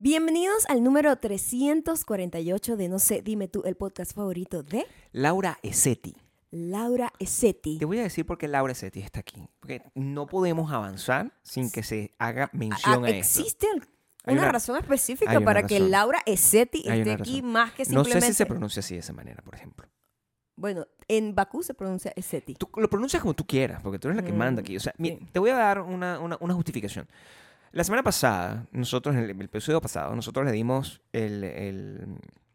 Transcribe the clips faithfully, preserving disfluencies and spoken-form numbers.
Bienvenidos al número trescientos cuarenta y ocho de No sé, dime tú, el podcast favorito de Laura Ezzetti. Laura Ezzetti. Te voy a decir por qué Laura Ezzetti está aquí. Porque no podemos avanzar sin que se haga mención Ah, a esto. ¿Existe Hay una, una- razón específica hay una para que razón. Laura Ezzetti Hay esté una aquí razón. más que No simplemente? sé si se pronuncia así de esa manera, por ejemplo. Bueno, en Bakú se pronuncia Ezzetti. Tú lo pronuncias como tú quieras, porque tú eres la que Mm, manda aquí. O sea, mi- sí. te voy a dar una, una, una justificación. La semana pasada, nosotros, en el, el episodio pasado, nosotros le dimos el, el-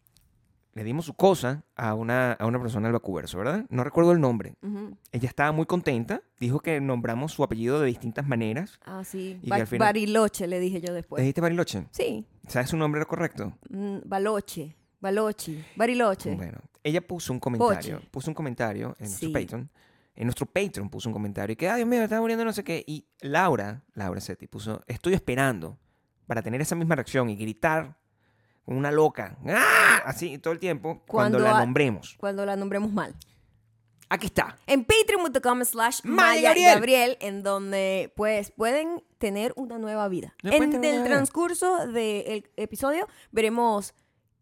le dimos su cosa a una, a una persona del Bacuverso, ¿verdad? No recuerdo el nombre. Ujú. Ella estaba muy contenta. Dijo que nombramos su apellido de distintas maneras. Ah, sí. Y Ba- que al final- Bariloche, le dije yo ¿Le después. dijiste Bariloche? Sí. ¿Sabes su nombre correcto? Mm, Baloche. Balochi. Bariloche. Bueno, ella puso un comentario. Poche. Puso un comentario en Sí. nuestro Patreon. En nuestro Patreon puso un comentario. Y que, ay, Dios mío, me estaba muriendo no sé qué. Y Laura, Laura Ezzetti, puso, estoy esperando para tener esa misma reacción y gritar como una loca. ¡Ah! Así todo el tiempo cuando, Cuando la a- nombremos. Cuando la nombremos mal. Aquí está. En patreon.com slash Maya Maya Gabriel. Gabriel, en donde pues pueden tener una nueva vida. Ya pueden En tener una el nueva vida. transcurso del episodio veremos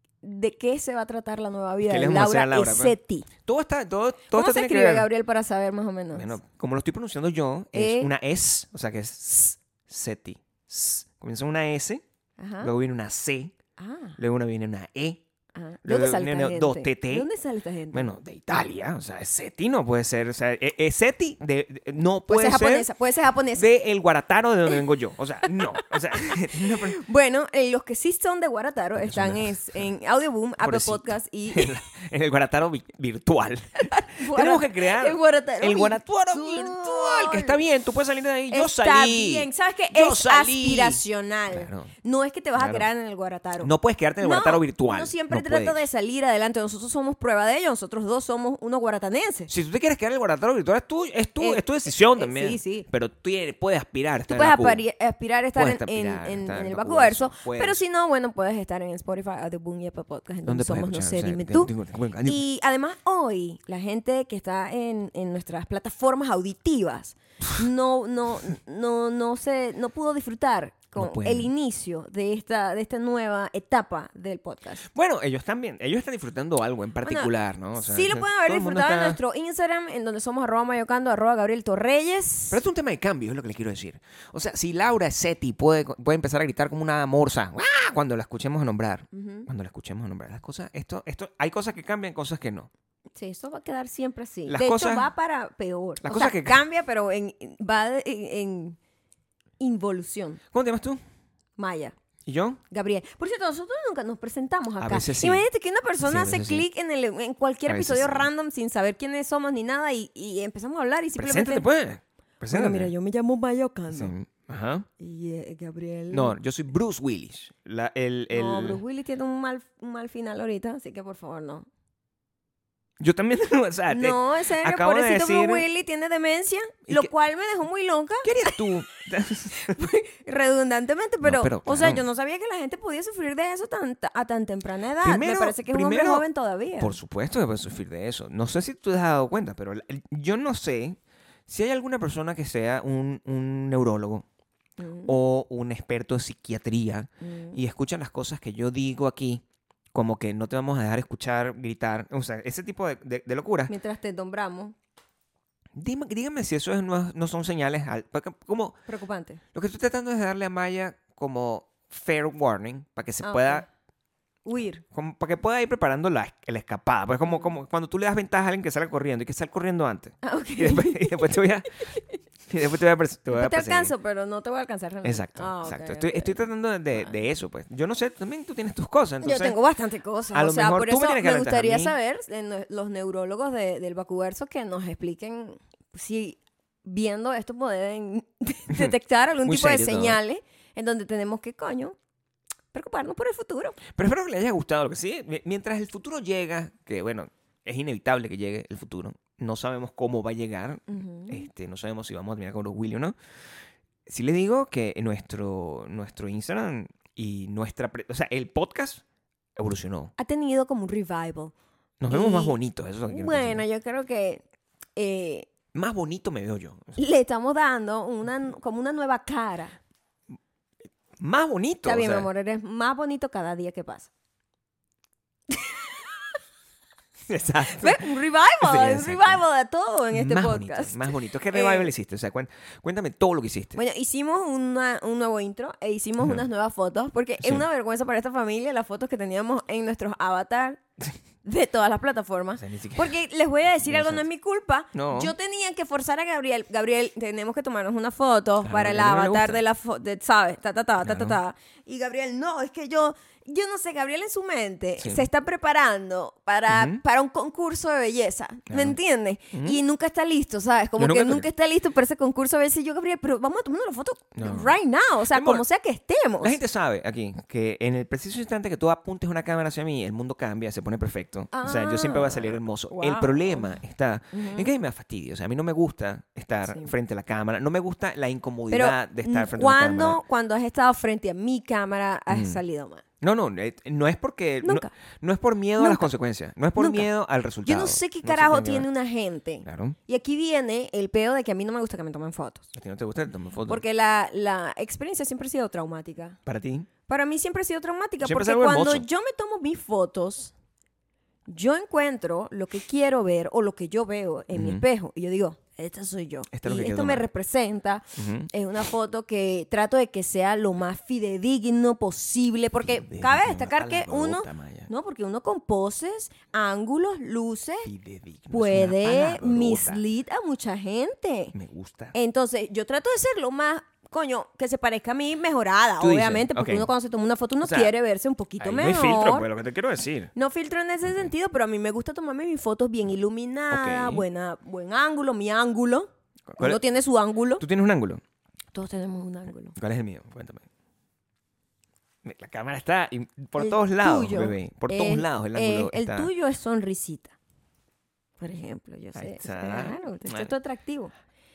de qué se va a tratar la nueva vida ¿Qué de le vamos a hacer Laura a Laura, pues? Ezzetti. Todo está, todo, todo ¿Cómo esto se tiene que escribe, ver. Gabriel, para saber más o menos? Bueno, como lo estoy pronunciando yo, es E- una S, o sea que es S, Seti. S. Comienza una S, Ajá. luego viene una C, Ah, luego una viene una E. ajá. ¿De luego dónde sale viene esta gente? dos T T. ¿De dónde sale esta gente? Bueno, de Italia, o sea, Seti no puede ser, o sea, e- e- Seti de, de- no puede puede ser ser japonesa, puede ser japonesa. de el Guarataro de donde vengo yo, o sea, no, o sea, no, pero- Bueno, eh, los que sí son de Guarataro Porque están son de- es- en Audioboom, Apple Pobrecito. Podcast y... en, la- en el Guarataro vi- virtual. Tenemos que crear El Guarataro el Guarataro virtual. virtual, que está bien, tú puedes salir de ahí, yo Está salí. bien, ¿sabes qué? Yo Es salí. aspiracional. Claro. No es que te vas a Claro. quedar en el Guarataro. No puedes quedarte en el No, Guarataro virtual. Uno siempre no trata puedes. de salir adelante. Nosotros somos prueba de ello. Nosotros dos somos unos guaratanenses. Si tú te quieres quedar en el Guarataro virtual, es tu, es tu, Eh, es tu decisión eh, también. sí, sí. Pero tú tienes- puedes aspirar a Tú estar puedes en la Cuba. apari- aspirar a estar Puedes en, en- aspirar a en- estar en en el el Bacuverso. Bacuverso, puedes. Pero si no, bueno, puedes estar en Spotify, Audioboom y Apple Podcast, en donde ¿Dónde puedes somos No escuchar? sé, O sea, dime que- tú. digo, bueno, Y además hoy, la gente que está en, en nuestras plataformas auditivas no, no, no, no, se, no pudo disfrutar con No pueden. el inicio de esta, de esta nueva etapa del podcast. Bueno, ellos también, ellos están disfrutando algo en particular, ¿no? O sea, Sí lo pueden haber todo el mundo disfrutado en está- nuestro Instagram, en donde somos arroba mayocando, arroba Gabriel Torreyes. Pero esto es un tema de cambio, es lo que les quiero decir. O sea, si Laura Ezzetti puede, puede empezar a gritar como una morsa ¡ah! Cuando la escuchemos a nombrar, Ujú. cuando la escuchemos a nombrar, las cosas, esto, esto, hay cosas que cambian, cosas que no. Sí, eso va a quedar siempre así. Las de cosas- hecho, va para peor. las o cosas sea, que- cambia, pero en, va de- en, en involución. ¿Cómo te llamas tú? Maya. ¿Y yo? Gabriel. Por cierto, nosotros nunca nos presentamos acá. veces sí. Imagínate que una persona Sí, a hace veces sí. clic en, el, en cualquier A veces episodio sí. random sin saber quiénes somos ni nada y, y empezamos a hablar y simplemente... Preséntate, pues. Bueno, Preséntate. mira, yo me llamo Maya Ocando. Sí. Ajá. Y eh, Gabriel... No, yo soy Bruce Willis. La, el, el... No, Bruce Willis tiene un mal, un mal final ahorita, así que por favor, no. Yo también, o sea, te- No, en serio, acabo de pobrecito decir- Bruce Willis tiene demencia, ¿Y lo qué- cual me dejó muy loca, ¿qué harías tú? redundantemente, pero, pero, o sea, claro. yo no sabía que la gente podía sufrir de eso tan, a tan temprana edad. Primero- me parece que es un hombre primero, joven todavía. Por supuesto que puedes sufrir de eso. No sé si tú te has dado cuenta, pero el- el- yo no sé si hay alguna persona que sea un, un neurólogo Mm, o un experto en psiquiatría mm. y escuchan las cosas que yo digo aquí, como que no te vamos a dejar escuchar, gritar, o sea, ese tipo de, de, de locuras. Mientras te nombramos, Dime- dígame si eso es- no, no son señales, al- porque como preocupante. lo que estoy tratando es darle a Maya como fair warning para que se Ah, pueda... ok. Huir. Como para que pueda ir preparando la, la escapada. Pues como, como cuando tú le das ventaja a alguien que sale corriendo y que sale corriendo antes. Ah, ok. Y después, y después te voy a... Y después te voy a, pers- te voy a Después te perseguir. alcanzo, pero no te voy a alcanzar realmente. Exacto, Ah, ok, exacto. ok. Estoy, estoy tratando de, de- Ah. de eso, pues. Yo no sé, también tú tienes tus cosas, entonces... Yo tengo bastante cosas. a O lo sea, mejor por tú me eso tienes que me aventar a gustaría mí. saber, de no- los neurólogos de- del Bacuverso, que nos expliquen si viendo esto pueden detectar algún Muy tipo de serio todo. señales en donde tenemos que, coño, preocuparnos por el futuro. Pero espero que le haya gustado lo que sí. mi- Mientras el futuro llega, que bueno, es inevitable que llegue el futuro. No sabemos cómo va a llegar. Ujú. Este, no sabemos si vamos a terminar con los Willy o no. Sí les digo que nuestro, nuestro Instagram y nuestra... pre- O sea, el podcast evolucionó. Ha tenido como un revival. Nos vemos Y, más bonitos, eso es lo que quiero Bueno, decir. yo creo que eh, Más bonito me veo yo. O sea, le estamos dando una, como una nueva cara. más bonito. Está bien, o sea, mi amor, eres más bonito cada día que pasa. Exacto. ¿Ves? Un revival, Sí, un exacto. revival de todo en este más podcast. bonito, más bonito. ¿Qué revival Eh, hiciste? O sea, cuen- cuéntame todo lo que hiciste. Bueno, hicimos una- un nuevo intro e hicimos Ajá. unas nuevas fotos porque Sí. es una vergüenza para esta familia las fotos que teníamos en nuestros avatars de todas las O plataformas. sea, ni siquiera- Porque les voy a decir algo, no es mi culpa. No. Yo tenía que forzar a Gabriel. Gabriel, tenemos que tomarnos una foto Claro, para el a Gabriel no le avatar gusta. de la foto, ¿sabes? Ta, ta, ta, ta, ta, Claro. ta. Y Gabriel, no, es que yo, yo no sé, Gabriel en su mente Sí. se está preparando para, Ujú. para un concurso de belleza. ¿Me Claro. entiendes? Ujú. Y nunca está listo, ¿sabes? Como Yo que nunca- nunca está listo para ese concurso. A veces yo, Gabriel, pero vamos a tomar una foto No. right now. O sea, Mi amor, como sea que estemos. La gente sabe aquí que en el preciso instante que tú apuntes una cámara hacia mí, el mundo cambia, se pone perfecto. O sea, yo siempre voy a salir hermoso. El wow. problema está Ujú. en que a mí me da fastidio. O sea, a mí no me gusta estar Sí. frente a la cámara. No me gusta la Pero, incomodidad de estar frente a la ¿cuándo, cámara. cuando has estado frente a mi cámara, has Mm. salido mal? No, no, eh, no es porque... No, Nunca. no es por miedo a las Nunca. consecuencias. No es por Nunca. miedo al resultado. Yo no sé qué No carajo qué tiene miedo. una gente. Claro. Y aquí viene el peo de que a mí no me gusta que me tomen fotos. ¿A ti no te gusta que te tomen fotos? Porque la, la experiencia siempre ha sido traumática. Para ti. Para mí siempre ha sido traumática. Siempre es porque algo cuando hermoso. yo me tomo mis fotos, yo encuentro lo que quiero ver o lo que yo veo en mi Ujú. espejo. Y yo digo, esta soy yo. Esto es lo y que quiero esto me tomar. representa. Ujú. Es una foto que trato de que sea lo más fidedigno posible. Porque Fidedigno, cabe una destacar que uno... palabrota, Maya. No, porque uno con poses, ángulos, luces, Fidedigno, es una puede palabrota. mislead a mucha gente. Me gusta. Entonces, yo trato de ser lo más, coño, que se parezca a mí mejorada, Tú dices, obviamente, porque ok. uno cuando se toma una foto uno O sea, quiere verse un poquito Ahí no hay mejor. filtro, pues, lo que te quiero decir. No filtro en ese sentido, pero a mí me gusta tomarme mis fotos bien iluminadas, Ok. buena, buen ángulo, mi ángulo. ¿Cuál Uno es- tiene su ángulo. ¿Tú tienes un ángulo? Todos tenemos un ángulo. ¿Cuál es el mío? Cuéntame. La cámara está in- por El todos lados, tuyo bebé. Por es- todos lados el eh, ángulo el está. tuyo es sonrisita. Por ejemplo, yo Ahí sé. está. Claro, esto Vale. es atractivo.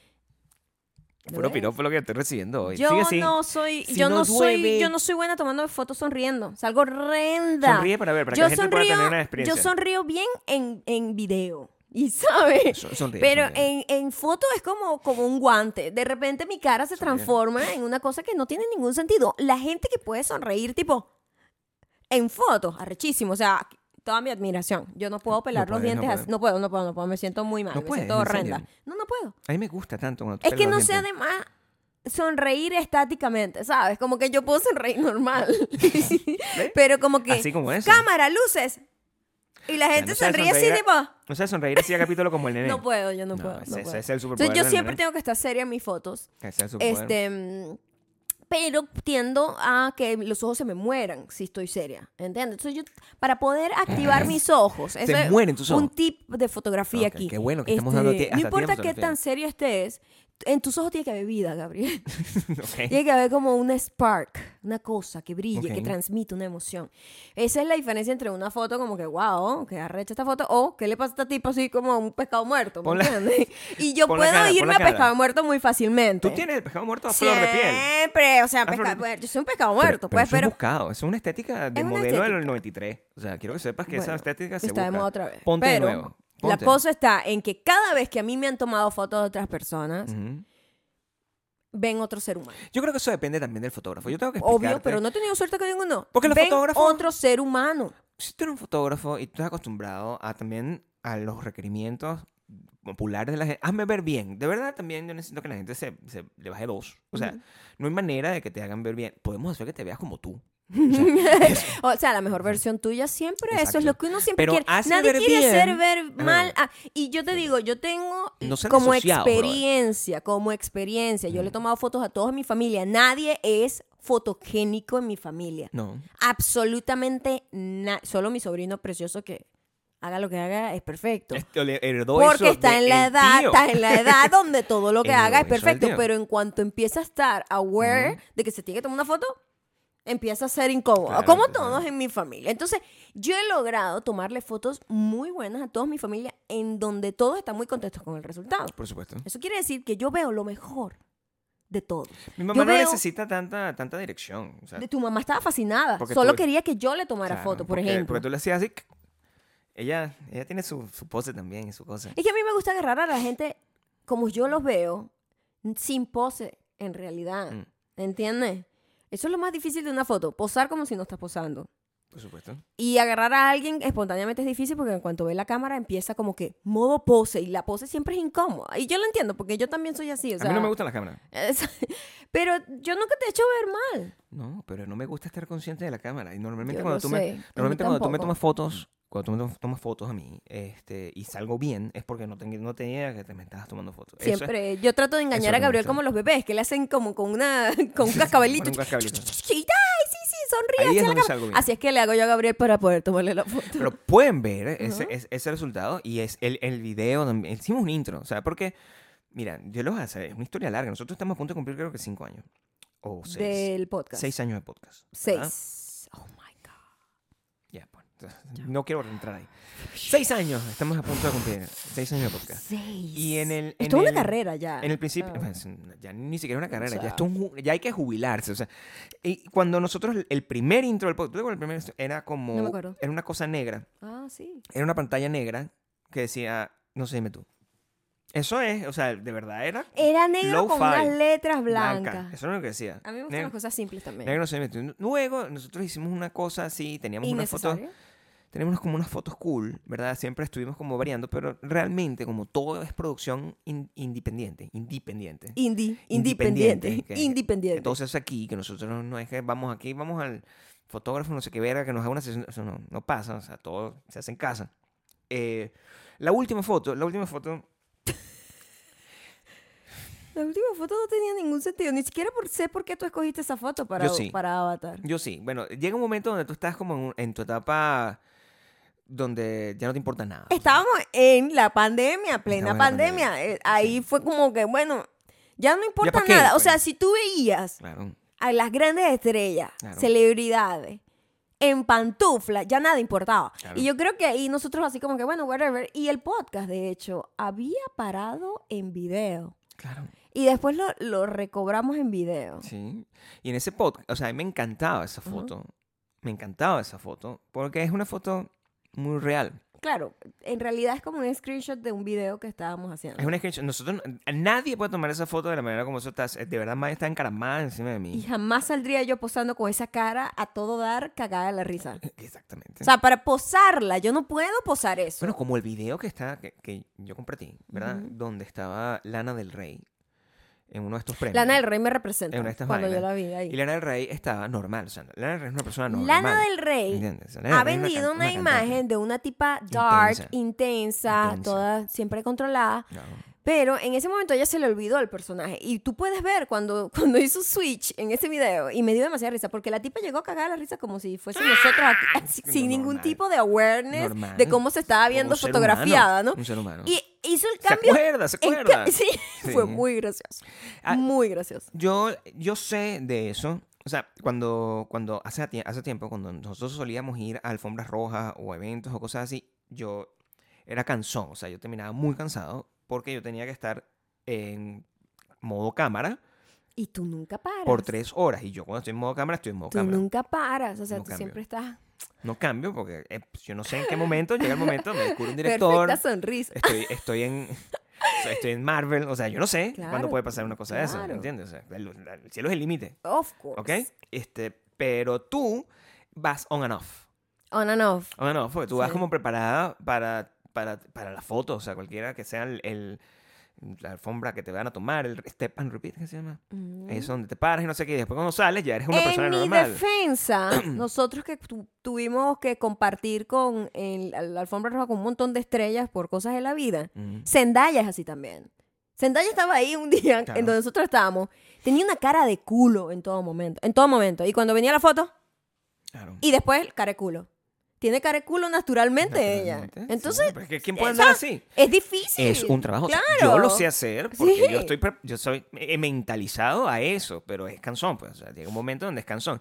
¿Lo Puro ves? piropo lo que estoy recibiendo hoy. Yo Sigue así. no soy, Si yo no no, soy, llueve- yo no soy buena tomando fotos sonriendo. Salgo horrenda. Sonríe para ver, para yo que la gente pueda tener una experiencia. Yo sonrío bien en, en video. Y sabes. So- sonríe, Pero sonríe. en, en foto es como, como un guante. De repente mi cara se Sonríe. transforma en una cosa que no tiene ningún sentido. La gente que puede sonreír, tipo, en fotos, arrechísimo. O sea, toda mi admiración. Yo no puedo pelar No los puedes, no dientes puedes. así. No puedo, no puedo, no puedo. Me siento muy mal. No me puedes, siento ¿en serio? horrenda. No, no puedo. A mí me gusta tanto cuando tú Es que pelas no los sé dientes. además sonreír estáticamente, ¿sabes? Como que yo puedo sonreír normal. Pero como que Así como eso. cámara, luces. Y la sea, gente no sabes sonríe así, sonreír- tipo, No sé sonreír así a capítulo como el nene. no puedo, yo no, No, puedo. ese- no ese puedo. es el superpoder Entonces yo del siempre nene. tengo que estar seria en mis fotos. Ese es el superpoder. Este, mm, pero tiendo a que los ojos se me mueran si estoy seria, ¿entiendes? Entonces yo, para poder activar mis ojos, eso es mueren tus un ojos. tip de fotografía Ok, aquí. qué bueno que estamos dando ti- No hasta importa tips de qué fotografía. tan serio estés, en tus ojos tiene que haber vida, Gabriel. Ok. Tiene que haber como un spark, una cosa que brille, Ok. que transmite una emoción. Esa es la diferencia entre una foto como que, wow, que arrecha esta foto, o ¿qué le pasa a esta tipo así como un pescado muerto? ¿Me Pon la- entiendes? Y yo pon la puedo cara, pon irme la a cara. pescado muerto muy fácilmente. Tú tienes el pescado muerto a flor de piel. Siempre, o sea, A flor pescado, de- yo soy un pescado Pero- muerto, pero pues, eso es pero buscado. Es una estética de Es una modelo del estética. noventa y tres. O sea, quiero que sepas que esa bueno, estética se está de busca. moda otra vez. Ponte pero de nuevo. la Ponte. cosa está en que cada vez que a mí me han tomado fotos de otras personas, Ujú. ven otro ser humano. Yo creo que eso depende también del fotógrafo. Yo tengo que Obvio, explicarte. pero no he tenido suerte con ninguno. Porque los ven fotógrafos- otro ser humano. Si tú eres un fotógrafo y tú estás acostumbrado a también a los requerimientos populares de la gente, hazme ver bien. De verdad, también yo necesito que la gente se, se le baje dos. O sea, Ujú. no hay manera de que te hagan ver bien. Podemos hacer que te veas como tú. O sea, la mejor versión tuya siempre, eso es Exacto. lo que uno siempre Pero quiere. hazme Nadie ver quiere bien. hacer ver Ajá. mal. a- y yo te digo, yo tengo No sean como desociados, brother. experiencia, como experiencia, yo le he Ujú. tomado fotos a toda mi familia. Nadie es fotogénico en mi familia. No. Absolutamente nada. Solo mi sobrino precioso que haga lo que haga es perfecto. Esto le heredó Porque eso está en del la edad, tío. está en la edad donde todo lo que Heredó haga es eso del perfecto. tío. Pero en cuanto empieza a estar aware Ujú. de que se tiene que tomar una foto, empieza a ser incómodo. Claro, como empieza- todos en mi familia. Entonces, yo he logrado tomarle fotos muy buenas a toda mi familia en donde todos están muy contentos con el resultado. Por supuesto. Eso quiere decir que yo veo lo mejor de todo. Mi mamá Yo no veo- necesita tanta, tanta dirección. O sea, De tu mamá estaba fascinada. Porque Solo tú- quería que yo le tomara claro, foto, por porque- ejemplo. Porque tú le hacías así. Ella, ella tiene su, su pose también y su cosa. Es que a mí me gusta agarrar a la gente como yo los veo, sin pose, en realidad. Mm. ¿Entiendes? Eso es lo más difícil de una foto, posar como si no estás posando. Por supuesto. Y agarrar a alguien espontáneamente es difícil porque en cuanto ve la cámara empieza como que modo pose y la pose siempre es incómoda. Y yo lo entiendo porque yo también soy así. O sea, a mí no me gustan las cámaras. es- pero yo nunca te he hecho ver mal. No, pero no me gusta estar consciente de la cámara. Y normalmente Yo cuando lo tú sé, a me, mí normalmente cuando tú me tampoco. tomas fotos, cuando tú me tomas, tomas fotos a mí, este, y salgo bien, es porque no, ten- no tenía que te me estabas tomando fotos. Eso es- Siempre. Yo trato de eso engañar es a lo que me Gabriel gusta. como los bebés, que le hacen como con una con un cascabelito. Con un cascabelito. ¡Ay, sí, sí, sonríe! Ahí es hacia la donde cámara! salgo bien. Así es que le hago yo a Gabriel para poder tomarle la foto. Pero pueden ver ese, Ajá. ese, ese resultado y es el, el video. también. Hicimos un intro, o sea, porque, mira, yo lo voy a hacer, es una historia larga. Nosotros estamos a punto de cumplir creo que cinco años. O seis. Del podcast. Seis años de podcast. ¿verdad? Seis. Oh my God. Ya, pues. entonces, No quiero entrar ahí. Seis años, estamos a punto de cumplir. Seis años de podcast. Seis. Y en el. en Esto es una el- carrera ya. En el principio, Ah. pues, ya ni siquiera una carrera, O sea. ya, esto es un ju- ya hay que jubilarse. O sea, y cuando nosotros, el primer intro del podcast, el primer era como, No me acuerdo. era una cosa negra, Ah, sí. era una pantalla negra que decía, no sé, dime tú. Eso es, o sea, de verdad era Era negro con Low-fi, unas letras blanca. blancas. Eso era lo que decía. A mí me gustan Negro, las cosas simples también. negro, no sé, dime tú. Luego nosotros hicimos una cosa así, teníamos una foto, Innecesario. tenemos como unas fotos cool, ¿verdad? Siempre estuvimos como variando, pero realmente como todo es producción in- independiente, independiente. Indie. Independiente, Independiente. que- Independiente. Entonces aquí, que nosotros no, no es que vamos aquí, vamos al fotógrafo, no sé qué verga, que nos haga una sesión, eso no, no pasa, o sea, todo se hace en casa. Eh, la última foto, la última foto, La última foto no tenía ningún sentido. Ni siquiera por, sé por qué tú escogiste esa foto para, Yo sí. para Avatar. yo sí, bueno, llega un momento donde tú estás como en, un- en tu etapa donde ya no te importa nada. Estábamos en la pandemia, plena Estamos en la pandemia. pandemia. Eh, Ahí fue como que, bueno, ya no importa pa' qué, nada. O pues. sea, si tú veías Claro, a las grandes estrellas, Claro. celebridades, en pantufla, ya nada importaba. Claro. Y yo creo que ahí nosotros así como que, bueno, whatever. Y el podcast, de hecho, había parado en video. claro, Y después lo, lo recobramos en video. sí. Y en ese podcast, o sea, a mí me encantaba esa foto, me encantaba esa foto, porque es una foto muy real. Claro, en realidad es como un screenshot de un video que estábamos haciendo. Es una screenshot. Nosotros, nadie puede tomar esa foto de la manera como eso está. De verdad, Maya está encaramada encima de Y mí. jamás saldría yo posando con esa cara a todo dar cagada de la risa. Exactamente. O sea, para posarla, yo no puedo posar eso. bueno, como el video que está, que, que yo compartí, ¿verdad? Ujú. Donde estaba Lana del Rey en uno de estos premios. Lana del Rey me representa En una de estas cuando yo vainas. la vi ahí. Y Lana del Rey estaba normal. O sea, Lana del Rey es una persona normal. Lana del Rey ¿entiendes? O sea, Lana ha del Rey es vendido can- una, cantante. imagen de una tipa dark, Intensa. intensa, Intensa. toda siempre controlada. Claro. Pero en ese momento ella se le olvidó el personaje. Y tú puedes ver cuando, cuando hizo switch en ese video. Y me dio demasiada risa. Porque la tipa llegó a cagar la risa como si fuese nosotros aquí. así, No, sin ningún normal. tipo de awareness Normal. de cómo se estaba viendo Un ser fotografiada, humano, ¿no? Un ser humano. Y hizo el se cambio. acuerda, se en acuerda. ca- sí, Sí. fue muy gracioso. Ah, Muy gracioso. Yo, yo sé de eso. O sea, cuando, cuando hace, tie- hace tiempo, cuando nosotros solíamos ir a alfombras rojas o eventos o cosas así, yo era cansón. O sea, yo terminaba muy cansado porque yo tenía que estar en modo cámara Y tú nunca paras. por tres horas. Y yo cuando estoy en modo cámara, estoy en modo Tú cámara. nunca paras. O sea, No tú cambio. siempre estás. No cambio porque eh, pues, yo no sé en qué momento llega el momento, me descubre un director. Perfecta sonrisa. Estoy, estoy en... o sea, estoy en Marvel, o sea, yo no sé Claro, cuándo puede pasar una cosa de esa, claro. ¿entiendes? O sea, el, el cielo es el límite, Of course. ¿ok? Este, pero tú vas on and off, On and off. on and off, porque tú vas Sí. como preparada para, para, para la foto, o sea, cualquiera que sea el, el- la alfombra que te van a tomar, el step and repeat, ¿qué se llama? Mm. Es donde te paras y no sé qué, y después cuando sales ya eres una en persona mi normal. defensa, nosotros que tu- tuvimos que compartir con el- la alfombra roja con un montón de estrellas por cosas de la vida, Mm. Zendaya es así también. Zendaya estaba ahí un día Claro. en donde nosotros estábamos. Tenía una cara de culo en todo momento. En todo momento. Y cuando venía la foto, Claro. y después cara de culo. Tiene cara de culo naturalmente, ella. Naturalmente, sí, Entonces, pero es que ¿quién puede eso andar así? es difícil. Es un trabajo. Claro. Yo lo sé hacer porque Sí. yo estoy pre- yo soy eh, mentalizado a eso, pero es cansón, pues. O sea, llega un momento donde es cansón.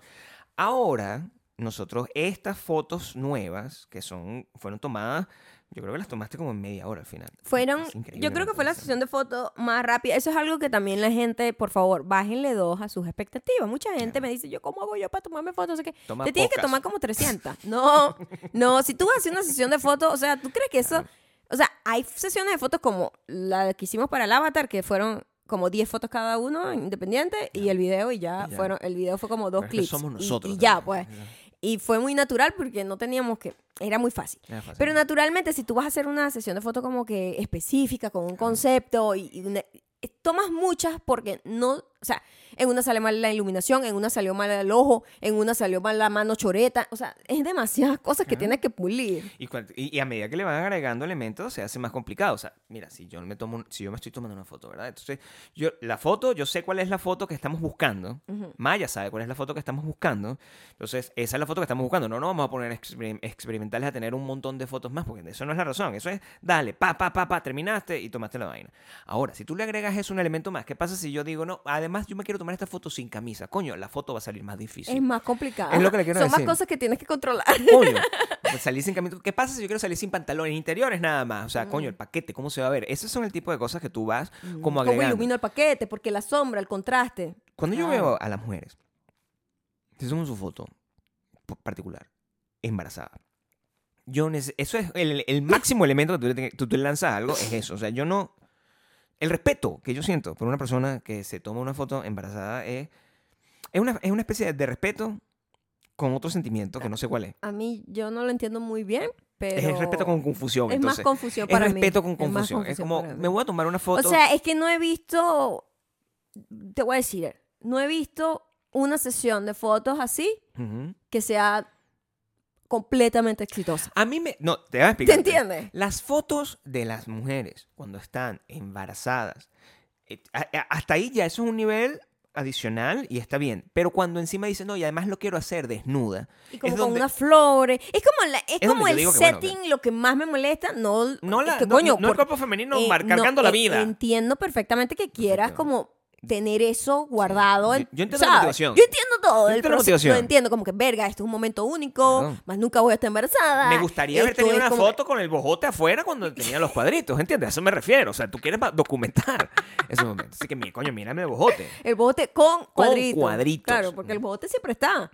Ahora, nosotros, estas fotos nuevas que son, fueron tomadas, yo creo que las tomaste como en media hora al final. Fueron, Es increíble yo creo lo que fue la haces. sesión de fotos más rápida. Eso es algo que también la gente, por favor, bájenle dos a sus expectativas. Mucha gente Claro. me dice, yo, ¿cómo hago yo para tomarme fotos? No sé qué. Toma Te tienes que pocas. tomar como trescientas. No, no, si tú vas a hacer una sesión de fotos, o sea, ¿tú crees que eso...? Claro. O sea, hay sesiones de fotos como la que hicimos para el Avatar, que fueron como diez fotos cada uno, independiente, y el video, y ya, Y ya. fueron, el video fue como dos Pero es que clips. somos y- nosotros y, ya, también. pues. Y fue muy natural porque no teníamos que... Era muy fácil. Era fácil. Pero naturalmente, si tú vas a hacer una sesión de fotos como que específica, con un concepto, y, y una- tomas muchas porque no... O sea, en una sale mal la iluminación, en una salió mal el ojo, en una salió mal la mano choreta. O sea, es demasiadas cosas que tienes que pulir. Y, cuan- y- y a medida que le van agregando elementos se hace más complicado. O sea, mira, si yo me tomo, un- si yo me estoy tomando una foto, ¿verdad? Entonces, yo, la foto, yo sé cuál es la foto que estamos buscando. Ujú. Maya sabe cuál es la foto que estamos buscando. Entonces, esa es la foto que estamos buscando. No nos vamos a poner experim- experimentales a tener un montón de fotos más, porque eso no es la razón. Eso es, dale, pa, pa, pa, pa, terminaste y tomaste la vaina. Ahora, si tú le agregas eso un elemento más, ¿qué pasa si yo digo, no, además yo me quiero tomar esta foto sin camisa? Coño, la foto va a salir más difícil. Es más complicado. Es lo que le quiero Son decir. más cosas que tienes que controlar. Coño, pues salir sin camisa. ¿Qué pasa si yo quiero salir sin pantalones interiores nada más? O sea, coño, el paquete, ¿cómo se va a ver? Esos son el tipo de cosas que tú vas como ¿Cómo agregando. ilumino el paquete? Porque la sombra, el contraste. Cuando yo Claro. veo a las mujeres, si son su foto p- particular, embarazada, yo nece- eso es el, el máximo elemento que tú, le te- tú, tú le lanzas a algo, es eso. O sea, yo no... El respeto que yo siento por una persona que se toma una foto embarazada es, es, una, es una especie de, de respeto con otro sentimiento que no sé cuál es. A mí yo no lo entiendo muy bien, pero... Es el respeto con confusión. Es entonces. más confusión Es para mí. respeto con Es más confusión. Es, confusión como, para mí. me voy a tomar una foto. O sea, es que no he visto... Te voy a decir, no he visto una sesión de fotos así Ujú. que sea completamente exitosa. A mí me... No, te voy a ¿Te explicar. entiendes? Las fotos de las mujeres cuando están embarazadas, eh, a- a- hasta ahí ya eso es un nivel adicional y está bien. Pero cuando encima dicen, no, y además lo quiero hacer desnuda. Y como es con donde- unas flores. Es como, la, es es como donde yo el digo que, bueno, setting, lo que más me molesta. No, No, es la, que, no, coño, no el por- cuerpo femenino eh, mar- no, cargando la eh, vida. Entiendo perfectamente que quieras Perfecto. como tener eso guardado. Yo- en- yo entiendo la ¿sabes? motivación. Yo entiendo todo. Yo el entiendo la proceso, motivación. Lo entiendo como que, verga, esto es un momento único, Claro. más nunca voy a estar embarazada. Me gustaría haber Esto tenido es una como- foto con el bojote afuera cuando tenía los cuadritos, ¿entiendes? A eso me refiero. O sea, tú quieres ma- documentar ese momento. Así que, mi coño, mírame el bojote. El bote con cuadritos. cuadritos. Claro, porque el bote siempre está.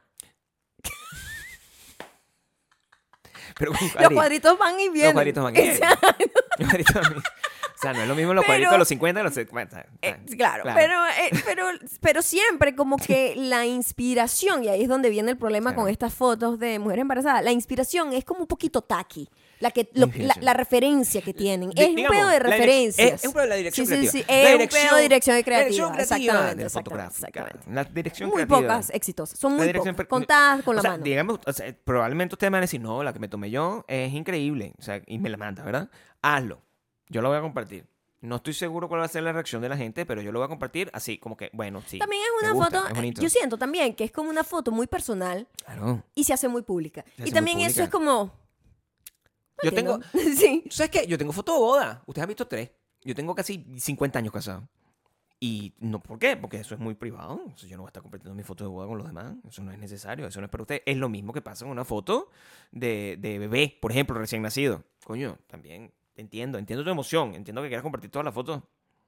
Pero con Los cuadritos. cuadritos van y vienen. Los cuadritos van y vienen. Exacto. Los cuadritos van y- O sea, no es lo mismo los Pero- cuadritos de los cincuenta que los cincuenta. Eh, claro, Pero, eh, pero, pero siempre como que la inspiración, y ahí es donde viene el problema Claro. con estas fotos de mujeres embarazadas, la inspiración es como un poquito tacky, la, que, lo- la, inspiración. la referencia que tienen. Di- es digamos, un pedo de la direc- referencias. Es, es un pedo de la dirección Sí, sí, creativa. sí, La es un pedo de dirección la creativa, dirección creativa exactamente, de la exactamente, fotográfica. exactamente. La dirección Muy creativa. pocas exitosas, son La muy dirección pocas, per- contadas con o la sea, mano. digamos, o sea, probablemente ustedes me van a decir, no, la que me tomé yo es increíble. O sea, y me la mandas, ¿verdad? Hazlo. Yo la voy a compartir. No estoy seguro cuál va a ser la reacción de la gente, pero yo lo voy a compartir así, como que, bueno, sí. También es me una gusta, foto, es bonito. yo siento también que es como una foto muy personal Claro. y se hace muy pública. Se hace Y muy también eso pública. es como... Yo tengo, entiendo. Sí. ¿tú ¿sabes qué? Yo tengo foto de boda. Ustedes han visto tres. Yo tengo casi cincuenta años casado. Y no, ¿por qué? Porque eso es muy privado. O sea, yo no voy a estar compartiendo mi foto de boda con los demás. Eso no es necesario. Eso no es para ustedes. Es lo mismo que pasa con una foto de, de bebé, por ejemplo, recién nacido. Coño, también entiendo. Entiendo tu emoción. Entiendo que quieras compartir todas las fotos.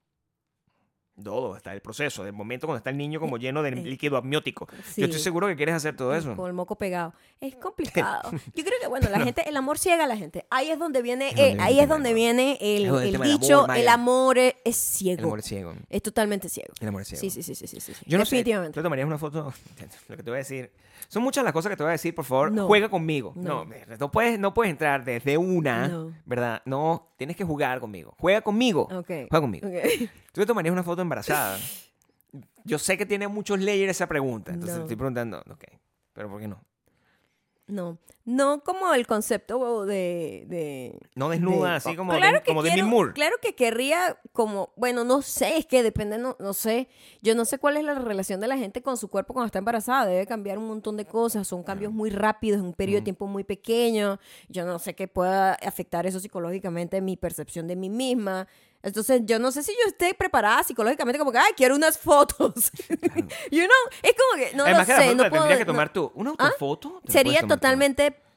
Todo. Está el proceso. Del momento cuando está el niño como lleno de líquido amniótico. Sí. Yo estoy seguro que quieres hacer todo eso. Con el moco pegado. Es complicado. Yo creo que, bueno, la gente, el amor ciega a la gente. Ahí es donde viene, Es eh, donde ahí viene es el donde tema. viene el, Es donde el el tema del dicho, amor, Maya. el amor es, es El ciego. amor es ciego. Es totalmente ciego. El amor es ciego. Sí, sí, sí, sí, sí, sí, sí. Yo no sé, Definitivamente. ¿tú tomarías una foto? Lo que te voy a decir. Son muchas las cosas que te voy a decir, por favor. No. Juega conmigo. No. No, no, puedes, no puedes entrar desde una, No. ¿verdad? No, tienes que jugar conmigo. Juega conmigo. Ok. Juega conmigo. Ok. ¿Tú te tomarías una foto embarazada? Yo sé que tiene muchos layers esa pregunta, entonces No. te estoy preguntando, ok, pero ¿por qué no? No. No como el concepto de... de No desnuda, de- así oh, como, claro de, que como Demi quiero- Moore. Claro que querría como, bueno, no sé, es que depende, no, no sé. Yo no sé cuál es la relación de la gente con su cuerpo cuando está embarazada. Debe cambiar un montón de cosas. Son cambios muy rápidos en un periodo de tiempo muy pequeño. Yo no sé qué pueda afectar eso psicológicamente en mi percepción de mí misma. Entonces, yo no sé si yo esté preparada psicológicamente como que, ay, quiero unas fotos. you know, es como que, no Además lo que la sé, foto no la puedo... tendrías que no- tomar tú. ¿Una ¿Ah? autofoto? Te la Sería puedes tomar tú. totalmente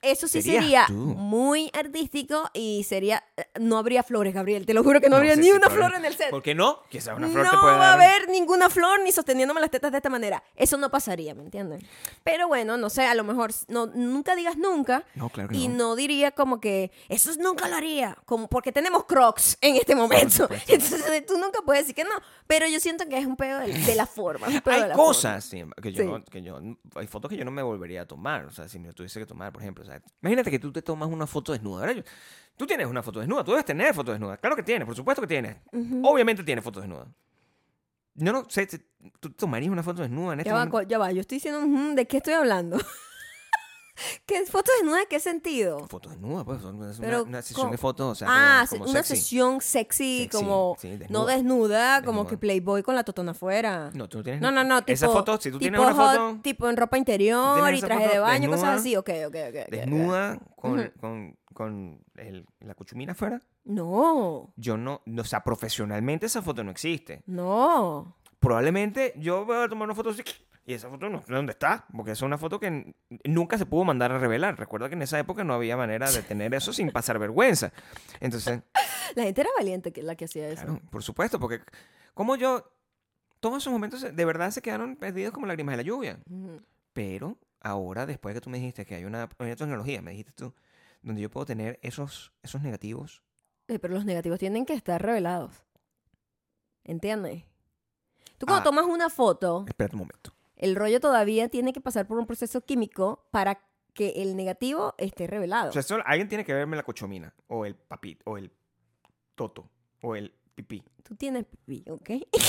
eso sí Serías sería tú. muy artístico y sería... No habría flores, Gabriel. Te lo juro que no, habría sí, ni sí, una pero- flor en el set. ¿Por qué no? Quizás una flor no te puede va a dar... haber ninguna flor ni sosteniéndome las tetas de esta manera. Eso no pasaría, ¿me entienden? Pero bueno, no sé, a lo mejor no, nunca digas nunca. No, claro que Y no. no diría como que eso nunca lo haría, como porque tenemos Crocs en este momento. supuesto. Entonces tú nunca puedes decir que no. Pero yo siento que es un pedo de, de la forma. es un pedo de Hay la cosas sí, que, yo Sí. no- que yo... Hay fotos que yo no me volvería a tomar. O sea, si me lo tuviese que tomar, por ejemplo. O sea, imagínate que tú te tomas una foto desnuda. ¿Verdad? Yo- tú tienes una foto desnuda. Tú debes tener fotos desnudas. Claro que tienes. Por supuesto que tienes. Obviamente tienes fotos desnudas. Yo no sé, si- ¿tú tomarías una foto desnuda en este Ya va, momento? co- ya va, yo estoy diciendo, ujú, ¿de qué estoy hablando? ¿Qué foto desnuda? ¿De qué sentido? Fotos desnudas, pues. son- Es una, Pero, una sesión ¿cómo? de fotos, o sea, ah, como, como una sexy. sesión sexy, Sexy, como sí, desnuda. no desnuda, como Desnuda. que Playboy con la totona afuera. No, tú no tienes... No, no, no, tipo, Esa foto, si tú tienes tipo una hot, foto tipo en ropa interior tienes y esa traje foto de baño, desnuda, cosas así, ok, ok, ok. ok, ok. desnuda con, Ujú. con, con el- la cuchumina afuera, No, yo no, no, o sea, profesionalmente esa foto no existe. no. Probablemente yo voy a tomar una foto así y esa foto no sé dónde está, porque es una foto que n- nunca se pudo mandar a revelar. Recuerda que en esa época no había manera de tener eso sin pasar vergüenza. Entonces, La gente era valiente que la que hacía eso. claro, por supuesto, porque como yo, todos esos momentos de verdad se quedaron perdidos como lágrimas de la lluvia. Ujú. Pero ahora, después que tú me dijiste que hay una, una tecnología, me dijiste tú, donde yo puedo tener esos, esos negativos. Eh, pero los negativos tienen que estar revelados. ¿Entiendes? Tú cuando Ah. tomas una foto, Espérate un momento. el rollo todavía tiene que pasar por un proceso químico para que el negativo esté revelado. O sea, esto- alguien tiene que verme la cochomina, o el papit, o el toto, o el pipí. Tú tienes pipí, ¿ok?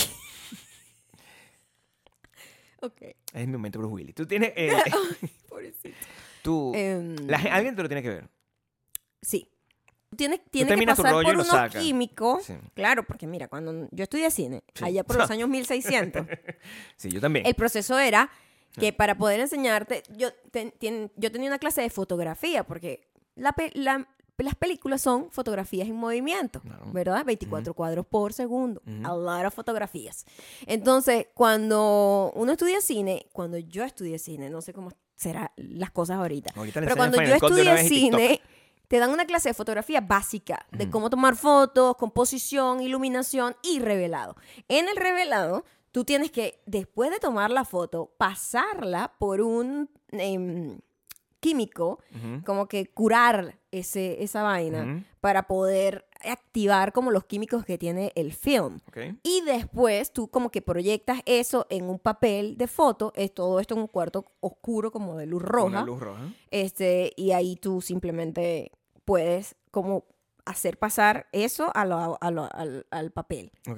ok. Es mi momento Bruce Willis. Tú tienes... eh, Pobrecito. tú, Em, la gen- alguien te lo tiene que ver. Sí. Tienes, tiene que terminas tu pasar rollo por y lo unos sacas. químicos. Sí. Claro, porque mira, cuando yo estudié cine, Sí. allá por los años mil seiscientos, Sí, yo también. el proceso era que para poder enseñarte, yo, ten- ten- yo tenía una clase de fotografía, porque la, pe- la- las películas son fotografías en movimiento, Claro. ¿verdad? veinticuatro cuadros por segundo, Ujú. a lot of fotografías. Entonces, cuando uno estudia cine, cuando yo estudié cine, no sé cómo serán las cosas ahorita, Ahorita le pero enseñan cuando yo Final Cut de una estudié vez y TikTok. cine, te dan una clase de fotografía básica de Ujú. cómo tomar fotos, composición, iluminación y revelado. En el revelado, tú tienes que, después de tomar la foto, pasarla por un em, químico, Ujú, como que curar ese, esa vaina ujú, para poder activar como los químicos que tiene el film. ok. Y después tú como que proyectas eso en un papel de foto, es todo esto en un cuarto oscuro como de luz roja. Una luz roja. Este, y ahí tú simplemente puedes como hacer pasar eso a lo- a lo- al, al papel Ok.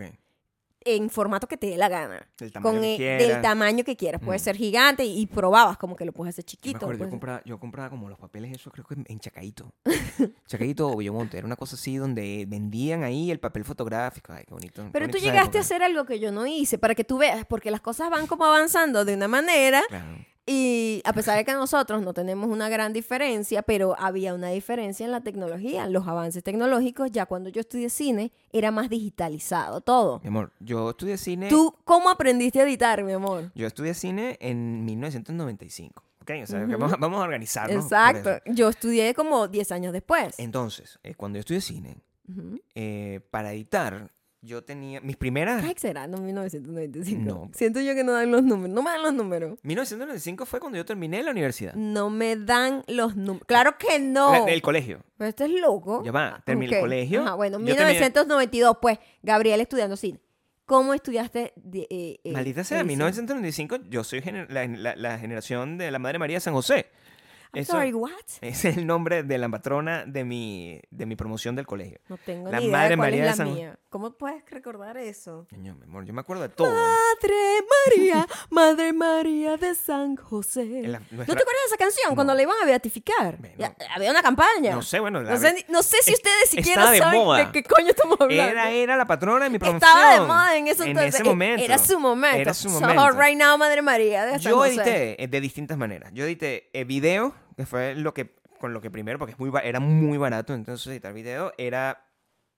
en formato que te dé la gana. Del tamaño Con que el- quieras. del tamaño que quieras. Puede Mm. ser gigante y, y probabas como que lo puedes hacer Yo me chiquito. acuerdo, yo puedes- compraba, yo compraba como los papeles esos, creo que en Chacaíto. Chacaíto o Villamonte. Era una cosa así donde vendían ahí el papel fotográfico. Ay, qué bonito. qué Pero tú bonito esa llegaste a época. hacer algo que yo no hice, para que tú veas, porque las cosas van como avanzando de una manera Claro. y a pesar de que nosotros no tenemos una gran diferencia, pero había una diferencia en la tecnología, los avances tecnológicos, ya cuando yo estudié cine era más digitalizado todo. Mi amor, yo estudié cine... ¿Tú cómo aprendiste a editar, mi amor? Yo estudié cine en mil novecientos noventa y cinco. ¿Ok? O sea, que Ujú. vamos, a- vamos a organizarnos. por Exacto. eso. Yo estudié como diez años después. Entonces, eh, cuando yo estudié cine, Ujú. eh, para editar, yo tenía mis primeras... Ay, será, no, mil novecientos noventa y cinco. No. Siento yo que no dan los números. No me dan los números. mil novecientos noventa y cinco fue cuando yo terminé la universidad. No me dan los números. Claro que no. La- del colegio. Pero esto es loco. Ya va, terminé el Ok. colegio. Ajá, bueno, Yo mil novecientos noventa y dos, pues, Gabriel estudiando cine. ¿Cómo estudiaste? de- eh, eh, Maldita sea, edición? mil novecientos noventa y cinco yo soy gener- la, la- la generación de la Madre María de San José. I'm Eso- sorry, what? Ese es el nombre de la patrona de mi, de mi promoción del colegio. No tengo La ni idea Madre de cuál María es de la San- mía. ¿Cómo puedes recordar eso? Coño, mi amor, yo me acuerdo de todo. Madre María, Madre María de San José. En la- ¿No nuestra- te acuerdas de esa canción No. cuando la iban a beatificar? Bueno. Ya, había una campaña. No sé, bueno, la No sé, ni- no sé si es- ustedes siquiera estaba de saben moda. de qué coño estamos hablando. Era, era la patrona de mi promoción. Estaba de moda en eso En entonces. ese Eh, momento. Era su momento. Era su So, momento. right now, Madre María de San Yo José. edité eh, de distintas maneras. Yo edité eh, video, que fue lo que con lo que primero, porque es muy ba- era muy barato, entonces editar video era...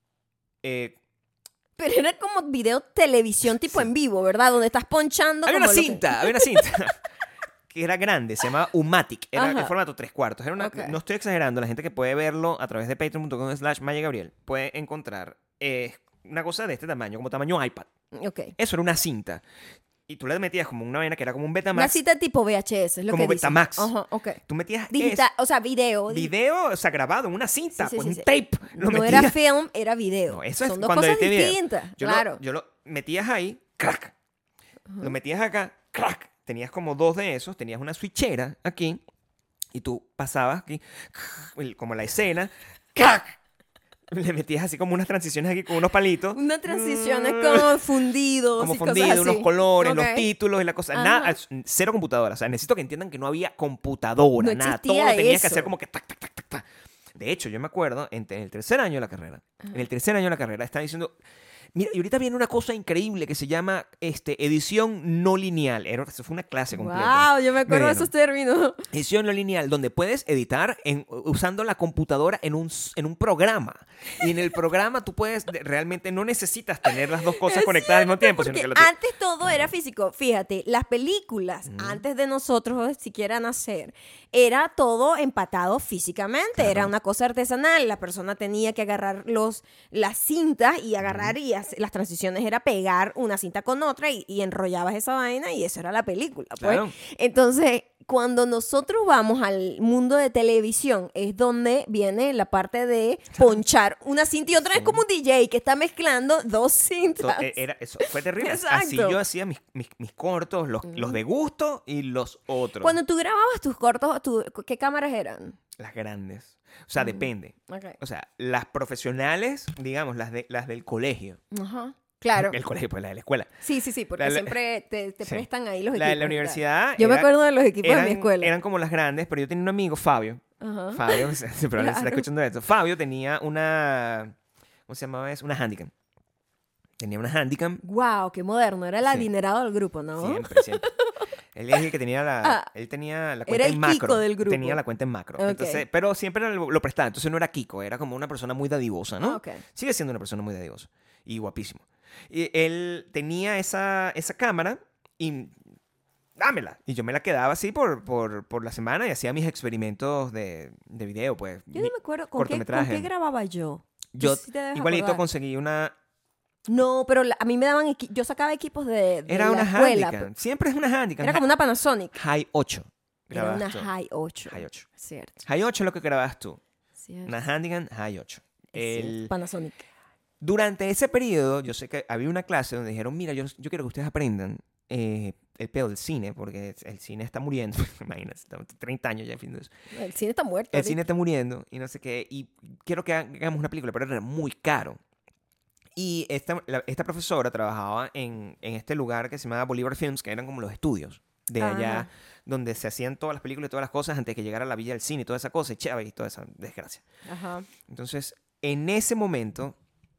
eh, Pero era como video televisión tipo Sí. en vivo, ¿verdad? Donde estás ponchando había como una lo que- cinta, había una cinta. que era grande, se llamaba Umatic, era Ajá. el formato tres cuartos. Era una, Ok. No estoy exagerando, la gente que puede verlo a través de patreon punto com slash Maya Gabriel puede encontrar eh, una cosa de este tamaño, como tamaño iPad. Ok. Eso era una cinta. Y tú le metías como una vaina que era como un Una Betamax. cita tipo V H S, es lo Como que dices. Betamax. Ajá, ok. Tú metías Digital, o sea, video. es- video, o sea, grabado en una cinta, Sí, sí, pues sí, un sí. tape. Lo No metías. era film, era video. No, eso es Son dos cuando cosas edité video. distintas, Yo claro. Lo, yo lo metías ahí, crack. Lo metías acá, crack. Tenías como dos de esos, tenías una switchera aquí y tú pasabas aquí, el- como la escena, crack. Le metías así como unas transiciones aquí con unos palitos. Una transición es Mm, como fundidos como y fundido, cosas así. unos colores, Ok. los títulos y la cosa. Ajá. Nada, cero computadora. O sea, necesito que entiendan que no había computadora, No nada. Todo existía lo tenías que eso. hacer como que tac, tac, tac, tac, tac. De hecho, yo me acuerdo en, en el tercer año de la carrera. En el tercer año de la carrera estaba diciendo. Mira, y ahorita viene una cosa increíble que se llama este, edición no lineal. Era, eso fue una clase completa. Wow, yo me acuerdo de dieron. esos términos. Edición no lineal, donde puedes editar en, usando la computadora en un, s- en un programa. Y en el programa tú puedes, de- realmente no necesitas tener las dos cosas Es conectadas al mismo tiempo. Sino Porque que lo ti- antes todo era físico. Fíjate, las películas, antes de nosotros siquiera nacer, era todo empatado físicamente. Era una cosa artesanal. La persona tenía que agarrar los, las cintas y agarrar y hacer- las transiciones era pegar una cinta con otra y, y enrollabas esa vaina y eso era la película. Pues. Claro. Entonces, cuando nosotros vamos al mundo de televisión, es donde viene la parte de ponchar una cinta y otra vez como un D J que está mezclando dos So, cintas. eh, era, eso fue terrible. Exacto. Así yo hacía mis, mis, mis cortos, los, los de gusto y los otros. Cuando tú grababas tus cortos, tú- ¿qué cámaras eran? Las grandes. O sea, depende. Okay. O sea, las profesionales, digamos, las, de, las del colegio. Ajá. Claro. El colegio, pues la de la escuela. Sí, sí, sí, porque La- la- siempre te, te Sí. prestan ahí los equipos. La de la y tal. universidad. Yo me era- acuerdo de los equipos eran, de mi escuela. Eran como las grandes, pero yo tenía un amigo, Fabio. Ajá. Fabio, se- se- probablemente se está Claro. escuchando esto. Fabio tenía una. ¿Cómo se llamaba eso? Una Handicam. Tenía una Handicam. Wow, qué moderno. Era el Sí. adinerado del grupo, ¿no? Siempre, siempre. Él es el que tenía la, Ah, él tenía la era cuenta el en macro. Kiko del grupo. Tenía la cuenta en macro. Ok. Entonces, pero siempre lo, lo prestaba. Entonces no era Kiko, era como una persona muy dadivosa, ¿no? Ah, ok. Sigue siendo una persona muy dadivosa y guapísimo. Y él tenía esa, esa cámara y dámela. Y yo me la quedaba así por, por, por la semana y hacía mis experimentos de, de video, pues. Yo Mi- no me acuerdo con qué, con cortometraje. qué grababa yo. Yo sí te debes igualito acordar. conseguí una. No, pero la- a mí me daban equi- yo sacaba equipos de, de Era la una escuela. Handicam. Siempre es una Handicam. Era como una Panasonic. High ocho. Era grababas una tú. High ocho. High ocho. Cierto. High ocho es lo que grababas tú. cierto, Una Handicam High ocho. es El- cierto. Panasonic. Durante ese periodo, yo sé que había una clase donde dijeron, mira, yo, yo quiero que ustedes aprendan eh, el pedo del cine, porque el cine está muriendo. Imagínate, estamos treinta años ya en fin de eso. El cine está muerto. El ahorita. cine está muriendo y no sé qué, y quiero que ha- hagamos una película, pero era muy caro. Y esta, la- esta profesora trabajaba en, en este lugar que se llamaba Bolívar Films, que eran como los estudios de allá, Ajá. donde se hacían todas las películas y todas las cosas antes de que llegara la Villa del Cine y toda esa cosa, y chévere y toda esa desgracia. Ajá. Entonces, en ese momento,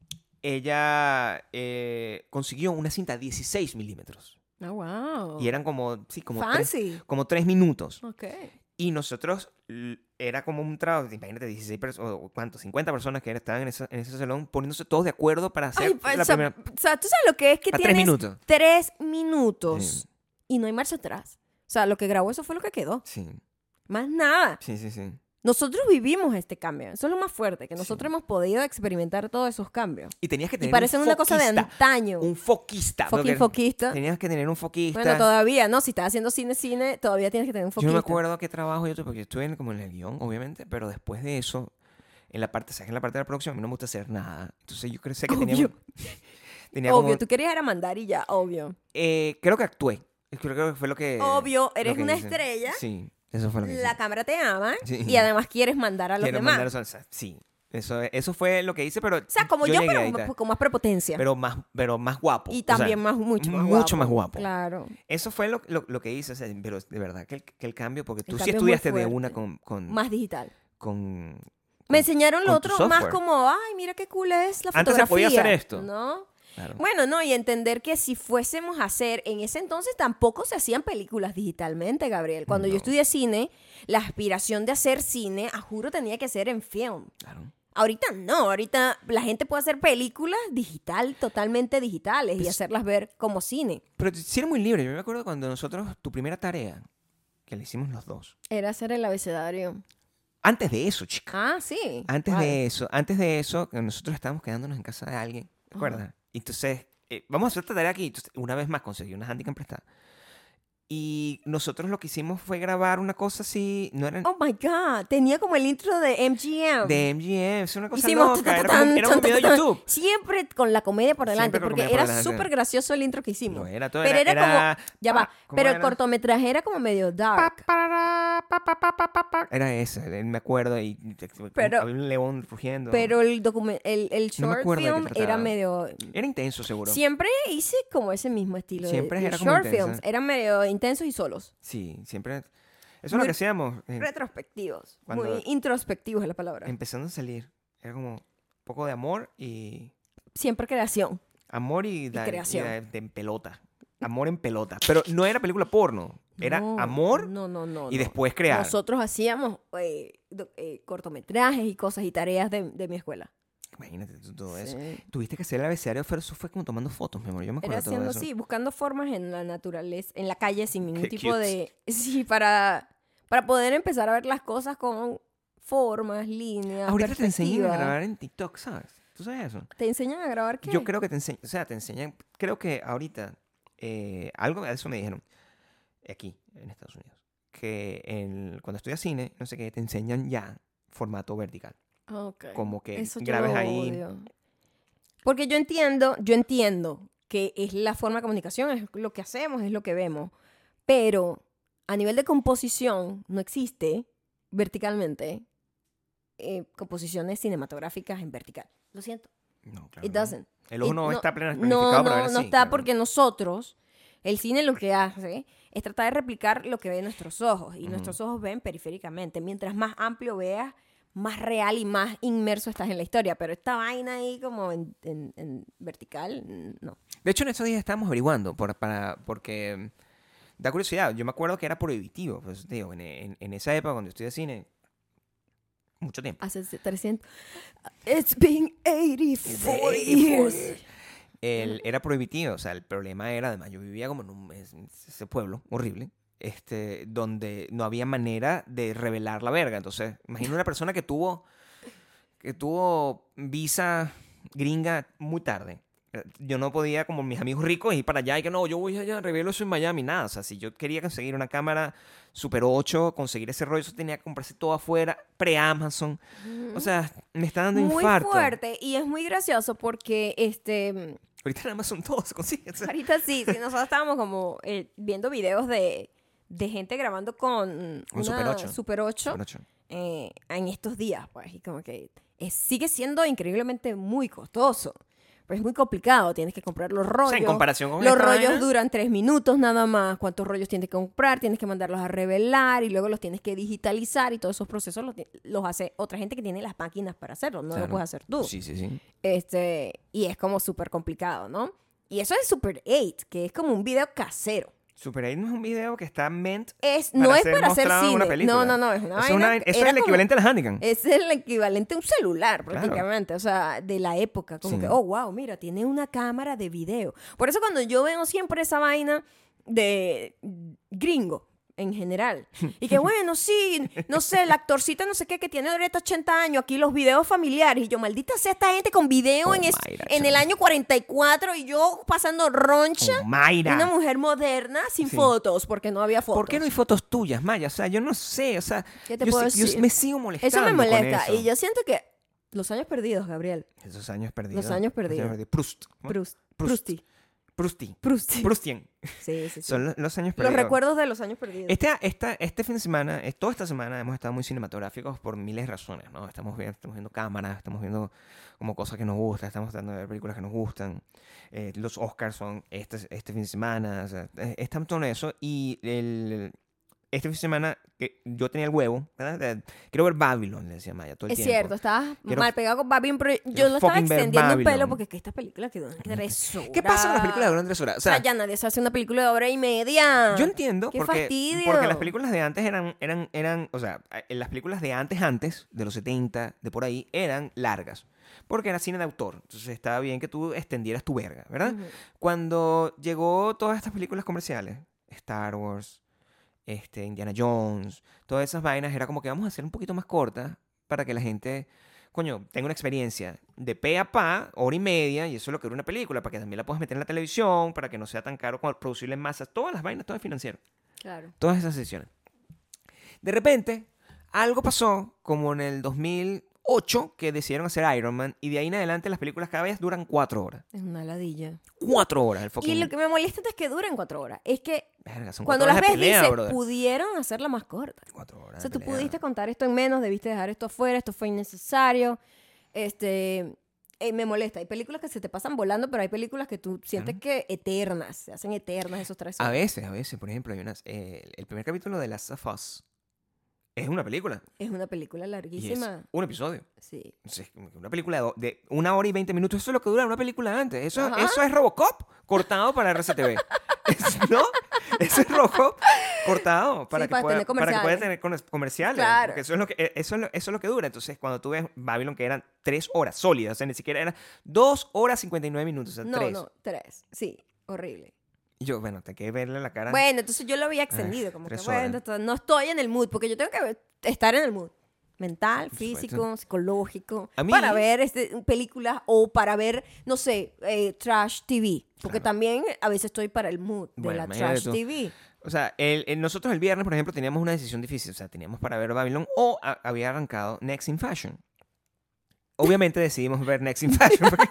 ella eh, consiguió una cinta dieciséis milímetros. Ah, wow. Y eran como, sí, como tres, Fancy. como tres minutos. Ok. Y nosotros, l- era como un trabajo, imagínate, dieciséis personas, o cuánto, cincuenta personas que estaban en ese, en ese salón, poniéndose todos de acuerdo para hacer Ay, pa- la o sea, primera... o sea, tú sabes lo que es que Para tres tienes minutos. tres minutos Sí. y no hay marcha atrás. O sea, lo que grabó eso fue lo que quedó. Sí, Más nada. sí, sí, sí. Nosotros vivimos este cambio. Eso es lo más fuerte, que nosotros hemos podido experimentar todos esos cambios. Y tenías que Y tener parecen un una cosa de foquista, antaño. un foquista. Fucking porque foquista. Tenías que tener un foquista. Bueno, todavía, ¿no? Si estás haciendo cine, cine, todavía tienes que tener un Yo foquista. no me acuerdo qué trabajo yo tuve, porque yo estuve en, como en el guión, obviamente, pero después de eso, en la parte, ¿sabes? En la parte de la producción, a mí no me gusta hacer nada. Entonces yo creo sé que tenía... Obvio. tenía Obvio, como, tú querías era mandar y ya, obvio. eh, creo que actué. Creo, creo que fue lo que... Obvio, lo eres que una hice. estrella. Sí, eso fue lo que hice. La cámara te ama Sí. y además quieres mandar a los Quiero demás. mandar eso, o sea, sí, eso, eso fue lo que hice, pero... O sea, como yo, llegué pero ahí, tal. con más prepotencia. pero más, pero más guapo. y o sea, también más, mucho más guapo. mucho más guapo. Claro. Eso fue lo, lo, lo que hice, o sea, pero de verdad que el, que el cambio, porque tú sí cambio es muy estudiaste de fuerte. una con... con, Más digital. con Me enseñaron lo con tu otro más software. como, ay, mira qué cool es la fotografía. Antes se podía hacer esto. ¿No? claro. Bueno, no, y entender que si fuésemos a hacer, en ese entonces tampoco se hacían películas digitalmente, Gabriel. Cuando yo No. estudié cine, la aspiración de hacer cine, a juro, tenía que ser en film. claro. Ahorita no, ahorita la gente puede hacer películas digital, totalmente digitales y Pues- hacerlas ver como cine. Pero sí era muy libre. Yo me acuerdo cuando nosotros, tu primera tarea, que le hicimos los dos. Era hacer el abecedario. Antes de eso, chica. Ah, sí. Antes Vale. de eso, antes de eso, que nosotros estábamos quedándonos en casa de alguien, ¿te acuerdas? Y entonces, eh, vamos a hacer esta tarea aquí. Entonces, una vez más conseguí una handicap prestada. Y nosotros lo que hicimos fue grabar una cosa así, no era Oh my God. Tenía como el intro de M G M. de M G M, es una cosa Hicimos loca, era tan, como, era tan, un video de tan, tan. YouTube. Siempre con la comedia por delante, Siempre con porque comedia por era delante. súper gracioso el intro que hicimos. Lo era todo, Pero era, era- como, ya va, pa- ¿cómo pero el era? cortometraje era como medio Pa, dark. parará, pa, pa, pa, pa, pa, pa. Era ese, eh, me acuerdo, y Pero- había un león rugiendo. Pero el document, el, el No me short acuerdo de qué film trataba. era medio... Era intenso, seguro. Siempre hice como ese mismo estilo de- Siempre de, era como short intenso. films. Eran medio intensos y solos. Sí, siempre. Eso es lo Muy que hacíamos. eh, Retrospectivos. Cuando- Muy introspectivos es la palabra. empezando a salir. Era como un poco de amor y. Siempre creación. Amor y, da- y creación. da- de, en pelota. Amor en pelota. Pero no era película porno. Era No, amor no, no, no, y no. después crear. Nosotros hacíamos eh, do- eh, cortometrajes y cosas y tareas de, de mi escuela. Imagínate tú todo eso. Sí. Tuviste que hacer el abecedario, pero eso fue como tomando fotos, mi amor. Yo me acuerdo Era de todo haciendo eso. así, buscando formas en la naturaleza, en la calle sin ningún Qué tipo cute. de... Sí, para, para poder empezar a ver las cosas con formas, líneas, Ahorita te enseñan a perspectiva. grabar en TikTok, ¿sabes? ¿Tú sabes eso? ¿Te enseñan a grabar qué? Yo creo que te enseñan, o sea, te enseñan, creo que ahorita, eh, algo de eso me dijeron, aquí, en Estados Unidos, que en- cuando estudias cine, no sé qué, te enseñan ya formato vertical. Ok. Como que Eso yo grabes lo ahí. odio. Porque yo entiendo, yo entiendo que es la forma de comunicación, es lo que hacemos, es lo que vemos. Pero a nivel de composición no existe verticalmente eh, composiciones cinematográficas en vertical. Lo siento. No, claro. It no. doesn't. El ojo It- no, está plen- No, planificado para no, ver no así, está claro. porque nosotros, el cine lo que hace es tratar de replicar lo que ven nuestros ojos. Y Ujú. nuestros ojos ven periféricamente. Mientras más amplio veas, más real y más inmerso estás en la historia. Pero esta vaina ahí como en, en- en vertical, mm, no. De hecho, en estos días estábamos averiguando, por, para, porque mm, da curiosidad. Yo me acuerdo que era prohibitivo. Pues, te digo, en, en- en esa época, cuando estudié cine, mucho tiempo. Hace trescientos... It's been eighty-four years. El, era prohibitivo, o sea, el problema era, además, yo vivía como en un, en ese pueblo horrible, este, donde no había manera de revelar la verga. Entonces, imagina una persona que tuvo, que tuvo visa gringa muy tarde. Yo no podía, como mis amigos ricos, ir para allá y que no, yo voy allá, revelo eso en Miami, nada. O sea, si yo quería conseguir una cámara Super ocho, conseguir ese rollo, eso tenía que comprarse todo afuera, pre-Amazon. O sea, me está dando Muy infarto. fuerte. Y es muy gracioso porque este... Ahorita en Amazon todo se consigue. O sea, Ahorita sí, sí, nosotros estábamos como eh, viendo videos de, de gente grabando con Un una Super ocho. Super ocho, Super ocho. eh, en estos días, pues, y como que es- sigue siendo increíblemente muy costoso. Pero es muy complicado, tienes que comprar los O rollos. sea, en comparación con Los esta rollos vaina, duran tres minutos nada más. ¿Cuántos rollos tienes que comprar? Tienes que mandarlos a revelar y luego los tienes que digitalizar y todos esos procesos los, ti- los hace otra gente que tiene las máquinas para hacerlo. No Claro. lo puedes hacer tú. Sí, sí, sí. Este, y es como súper complicado, ¿no? Y eso es Super ocho, que es como un video casero. Super ocho no es un video que está meant Es, para no es ser para hacer mostrado en una cine. película. No, no, no, es una Eso es, vaina. una- eso es era el como- equivalente a las Handican. Es el equivalente a un celular, Claro. prácticamente. O sea, de la época. Como Sí. que, oh, wow, mira, tiene una cámara de video. Por eso cuando yo veo siempre esa vaina de gringo, en general. Y que, bueno, sí, no sé, la actorcita no sé qué, que tiene ahorita ochenta años, aquí los videos familiares. Y yo, maldita sea esta gente con video Oh, en, es- Mayra, en el chamo. año cuarenta y cuatro y yo pasando roncha. Oh, Mayra. Una mujer moderna sin Sí. fotos, porque no había fotos. ¿Por qué no hay fotos tuyas, Maya? O sea, yo no sé, o sea, ¿Qué te yo, puedo sé- yo decir? me sigo molestando Eso me con molesta. eso. Y yo siento que los años perdidos, Gabriel. Esos años perdidos. Los años perdidos. Proust. ¿Cómo? Proust. Proust. Prusti. Prusti. Prusti. Prustian. Sí, sí, sí. Son los, los años Los perdidos. recuerdos de los años perdidos. Este, esta, este fin de semana, eh, toda esta semana hemos estado muy cinematográficos por miles de razones, ¿no? Estamos viendo, estamos viendo cámaras, estamos viendo como cosas que nos gustan, estamos tratando de ver películas que nos gustan. Eh, los Oscars son este, este fin de semana, o sea, eh, estamos todo en eso. Y el, este fin de semana, que yo tenía el huevo, ¿verdad? De- quiero ver Babylon, le decía Maya, todo el Es tiempo. cierto, estabas Quiero- mal pegado con Babylon, pero yo quiero lo estaba fucking ver extendiendo un pelo Babylon. porque es que esta película quedó en tres horas. ¿Qué pasa con las películas de duran tres horas? O O sea, sea, ya nadie se hace una película de hora y media. yo entiendo ¡Qué porque, fastidio! porque las películas de antes eran, eran, eran, o sea, eh, las películas de antes, antes, de los setenta, de por ahí, eran largas. Porque era cine de autor. Entonces estaba bien que tú extendieras tu verga, ¿verdad? Ujú. Cuando llegó todas estas películas comerciales, Star Wars, este, Indiana Jones, todas esas vainas, era como que vamos a hacer un poquito más cortas para que la gente, coño, tenga una experiencia de pe a pa, hora y media, y eso es lo que dura una película, para que también la puedas meter en la televisión, para que no sea tan caro como producirla en masas, todas las vainas, todo es financiero. Claro. Todas esas sesiones. De repente, algo pasó, como en el dos mil ocho, que decidieron hacer Iron Man, y de ahí en adelante las películas cada vez duran cuatro horas. Es una ladilla. Cuatro horas el fucking... Y lo que me molesta no es que duren cuatro horas. Es que Verga, son cuando cuatro las horas ves, de pelea, dices, brother. pudieron hacerla más corta. Cuatro horas O sea, de tú pelea. pudiste contar esto en menos, debiste dejar esto afuera, esto fue innecesario. Este, eh, me molesta. Hay películas que se te pasan volando, pero hay películas que tú sientes que eternas, se hacen eternas esos tres A horas. veces, a veces, por ejemplo, hay unas, eh, el primer capítulo de Last of Us es una película. Es una película Y es larguísima. un episodio. Sí. O sea, es como que una película de, do- de una hora y veinte minutos. Eso es lo que dura una película antes. Eso, Ajá. eso es Robocop cortado para R C T V. Es- ¿No? Eso es Robocop cortado para, Sí, que, para pueda, tener para que pueda comerciales. tener con- comerciales. Claro. Porque eso es, lo que, eh, eso, es lo, eso es lo que dura. Entonces, cuando tú ves Babylon, que eran tres horas sólidas, o sea, ni siquiera eran dos horas cincuenta y nueve minutos, o sea, No, tres. no, tres. Sí, horrible. Y yo, bueno, te que verle la cara. Bueno, entonces yo lo había extendido, Ay, como que tres bueno, horas. esto- no estoy en el mood, porque yo tengo que ver- estar en el mood mental, Por supuesto. físico, psicológico, A mí- para ver este, películas o para ver, no sé, eh, trash T V, porque Claro. también a veces estoy para el mood de Bueno, la imagínate trash tú. T V. O sea, el, el- nosotros el viernes, por ejemplo, teníamos una decisión difícil. O sea, teníamos para ver Babylon o a- había arrancado Next in Fashion. Obviamente decidimos ver Next in Fashion. porque-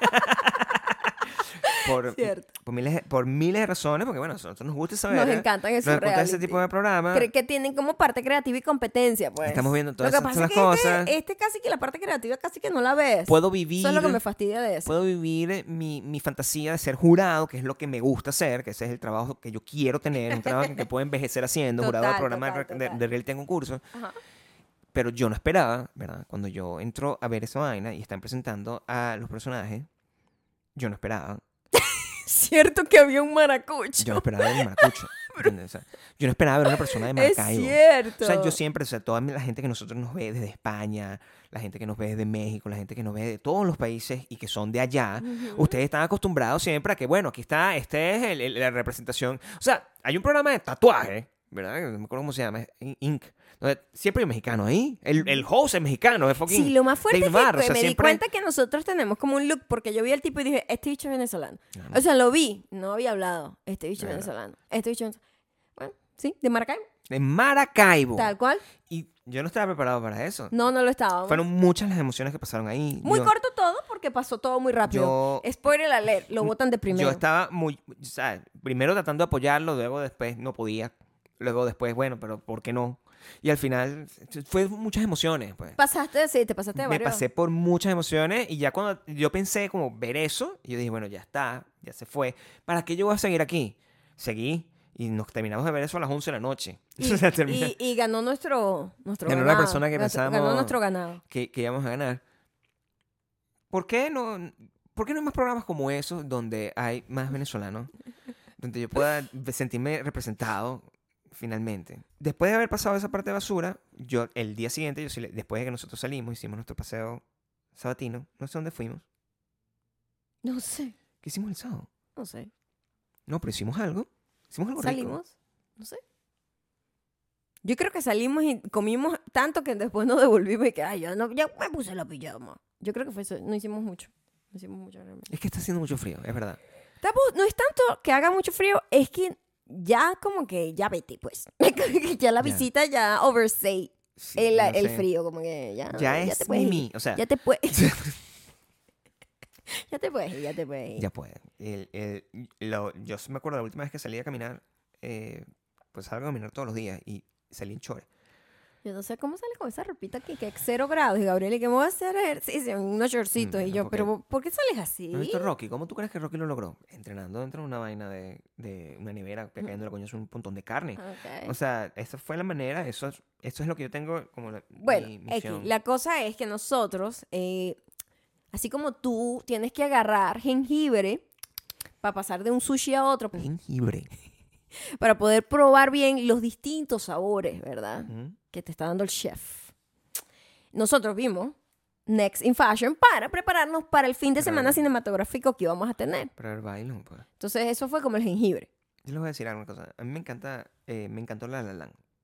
por, Cierto. por, miles, de- por miles de razones, porque bueno, a nosotros nos gusta saber. Nos encantan esos Nos encanta ese reality. tipo de programa. Creo que tienen como parte creativa y competencia, pues. Estamos viendo todas Lo que esas pasa las es que cosas. Este, este casi que la parte creativa casi que no la ves. Puedo vivir. Eso es lo que me fastidia de eso. Puedo vivir eh, mi, mi fantasía de ser jurado, que es lo que me gusta hacer, que ese es el trabajo que yo quiero tener, un trabajo que puedo envejecer haciendo, jurado de Total, programa total, de, de, total. de reality en concurso. Ajá. Pero yo no esperaba, ¿verdad? Cuando yo entro a ver esa vaina y están presentando a los personajes, yo no esperaba. Cierto que había un maracucho. Yo no esperaba ver un maracucho. ¿entiendes? O sea, yo no esperaba ver una persona de Es Maracaibo. cierto. O sea, yo siempre, o sea, toda la gente que nosotros nos ve desde España, la gente que nos ve desde México, la gente que nos ve de todos los países y que son de allá, Ujú. ustedes están acostumbrados siempre a que, bueno, aquí está, este es el- el- la representación. O sea, hay un programa de tatuaje, ¿verdad? No me acuerdo cómo se llama, es Inc. Donde siempre hay un mexicano ahí. El, el host es mexicano, es fucking Sí, lo más fuerte es Dave que Barr, o sea, me di siempre- cuenta que nosotros tenemos como un look, porque yo vi al tipo y dije, este bicho es venezolano. Claro. O sea, lo vi, no había hablado, este bicho es Claro. venezolano, este bicho es venezolano. Bueno, sí, de Maracaibo, de Maracaibo. tal cual. Y yo no estaba preparado para eso. No, no lo estábamos. Fueron muchas las emociones que pasaron ahí. Muy Yo- corto todo porque pasó todo muy rápido. Yo- Spoiler alert, lo votan de primero. Yo estaba muy, o sea, primero tratando de apoyarlo, luego después no podía, luego después, bueno, pero ¿por qué no? Y al final fue muchas emociones, pues. Pasaste, sí, te pasaste de Me varios. pasé por muchas emociones y ya cuando yo pensé como ver eso, yo dije, bueno, ya está, ya se fue. ¿Para qué yo voy a seguir aquí? Seguí y nos terminamos de ver eso a las once de la noche. Y, O sea, termina- y- y ganó nuestro, nuestro Ganó la ganado. persona que Nuestro- pensábamos- Ganó nuestro ganado. que, que íbamos a ganar. ¿Por qué no, por qué no hay más programas como esos donde hay más venezolanos? Donde yo pueda sentirme representado finalmente. Después de haber pasado esa parte de basura, yo el día siguiente, yo sí le- después de que nosotros salimos, hicimos nuestro paseo sabatino, no sé dónde fuimos. No sé, ¿Qué hicimos el sábado? no sé. No, pero hicimos algo. Hicimos algo rico. ¿Salimos? No sé. Yo creo que salimos y comimos tanto que después nos devolvimos y que, ay, ya, no, ya me puse la pijama. Yo creo que fue eso. No hicimos mucho. No hicimos mucho realmente. Es que está haciendo mucho frío, es verdad. Tampoco- no es tanto que haga mucho frío, es que ya como que ya vete, pues. Ya la Ya. visita ya overstay Sí, el, no el sé. frío, como que ya. Ya te es puedes ir. Mimi, o sea, Ya te puedes. ya te puedes ir, ya te puedes ir. ya puede. El- el- lo- yo me acuerdo la última vez que salí a caminar, eh, pues salgo a caminar todos los días y salí en chores. Yo no sé cómo sales con esa ropita aquí, que es cero grados. Y Gabriel, ¿y qué me voy a hacer ejercicio en unos shortcitos? Mm, y yo, porque- ¿pero por qué sales así? ¿No has visto Rocky? ¿Cómo tú crees que Rocky lo logró? Entrenando dentro de una vaina de, de una nevera, cayendo la coñazo un montón de carne. Ok. O sea, esa fue la manera, eso es, eso es lo que yo tengo como la, Bueno, mi X, misión. la cosa es que nosotros, eh, así como tú tienes que agarrar jengibre para pasar de un sushi a otro, pues, Jengibre. para poder probar bien los distintos sabores, ¿verdad? Ujú. Que te está dando el chef. Nosotros vimos Next in Fashion para prepararnos para el fin de Para semana ver. cinematográfico que íbamos a tener. Para ver bailo, pues. Entonces eso fue como el jengibre. Yo les voy a decir alguna cosa. A mí me encanta, eh, me encantó La La Land.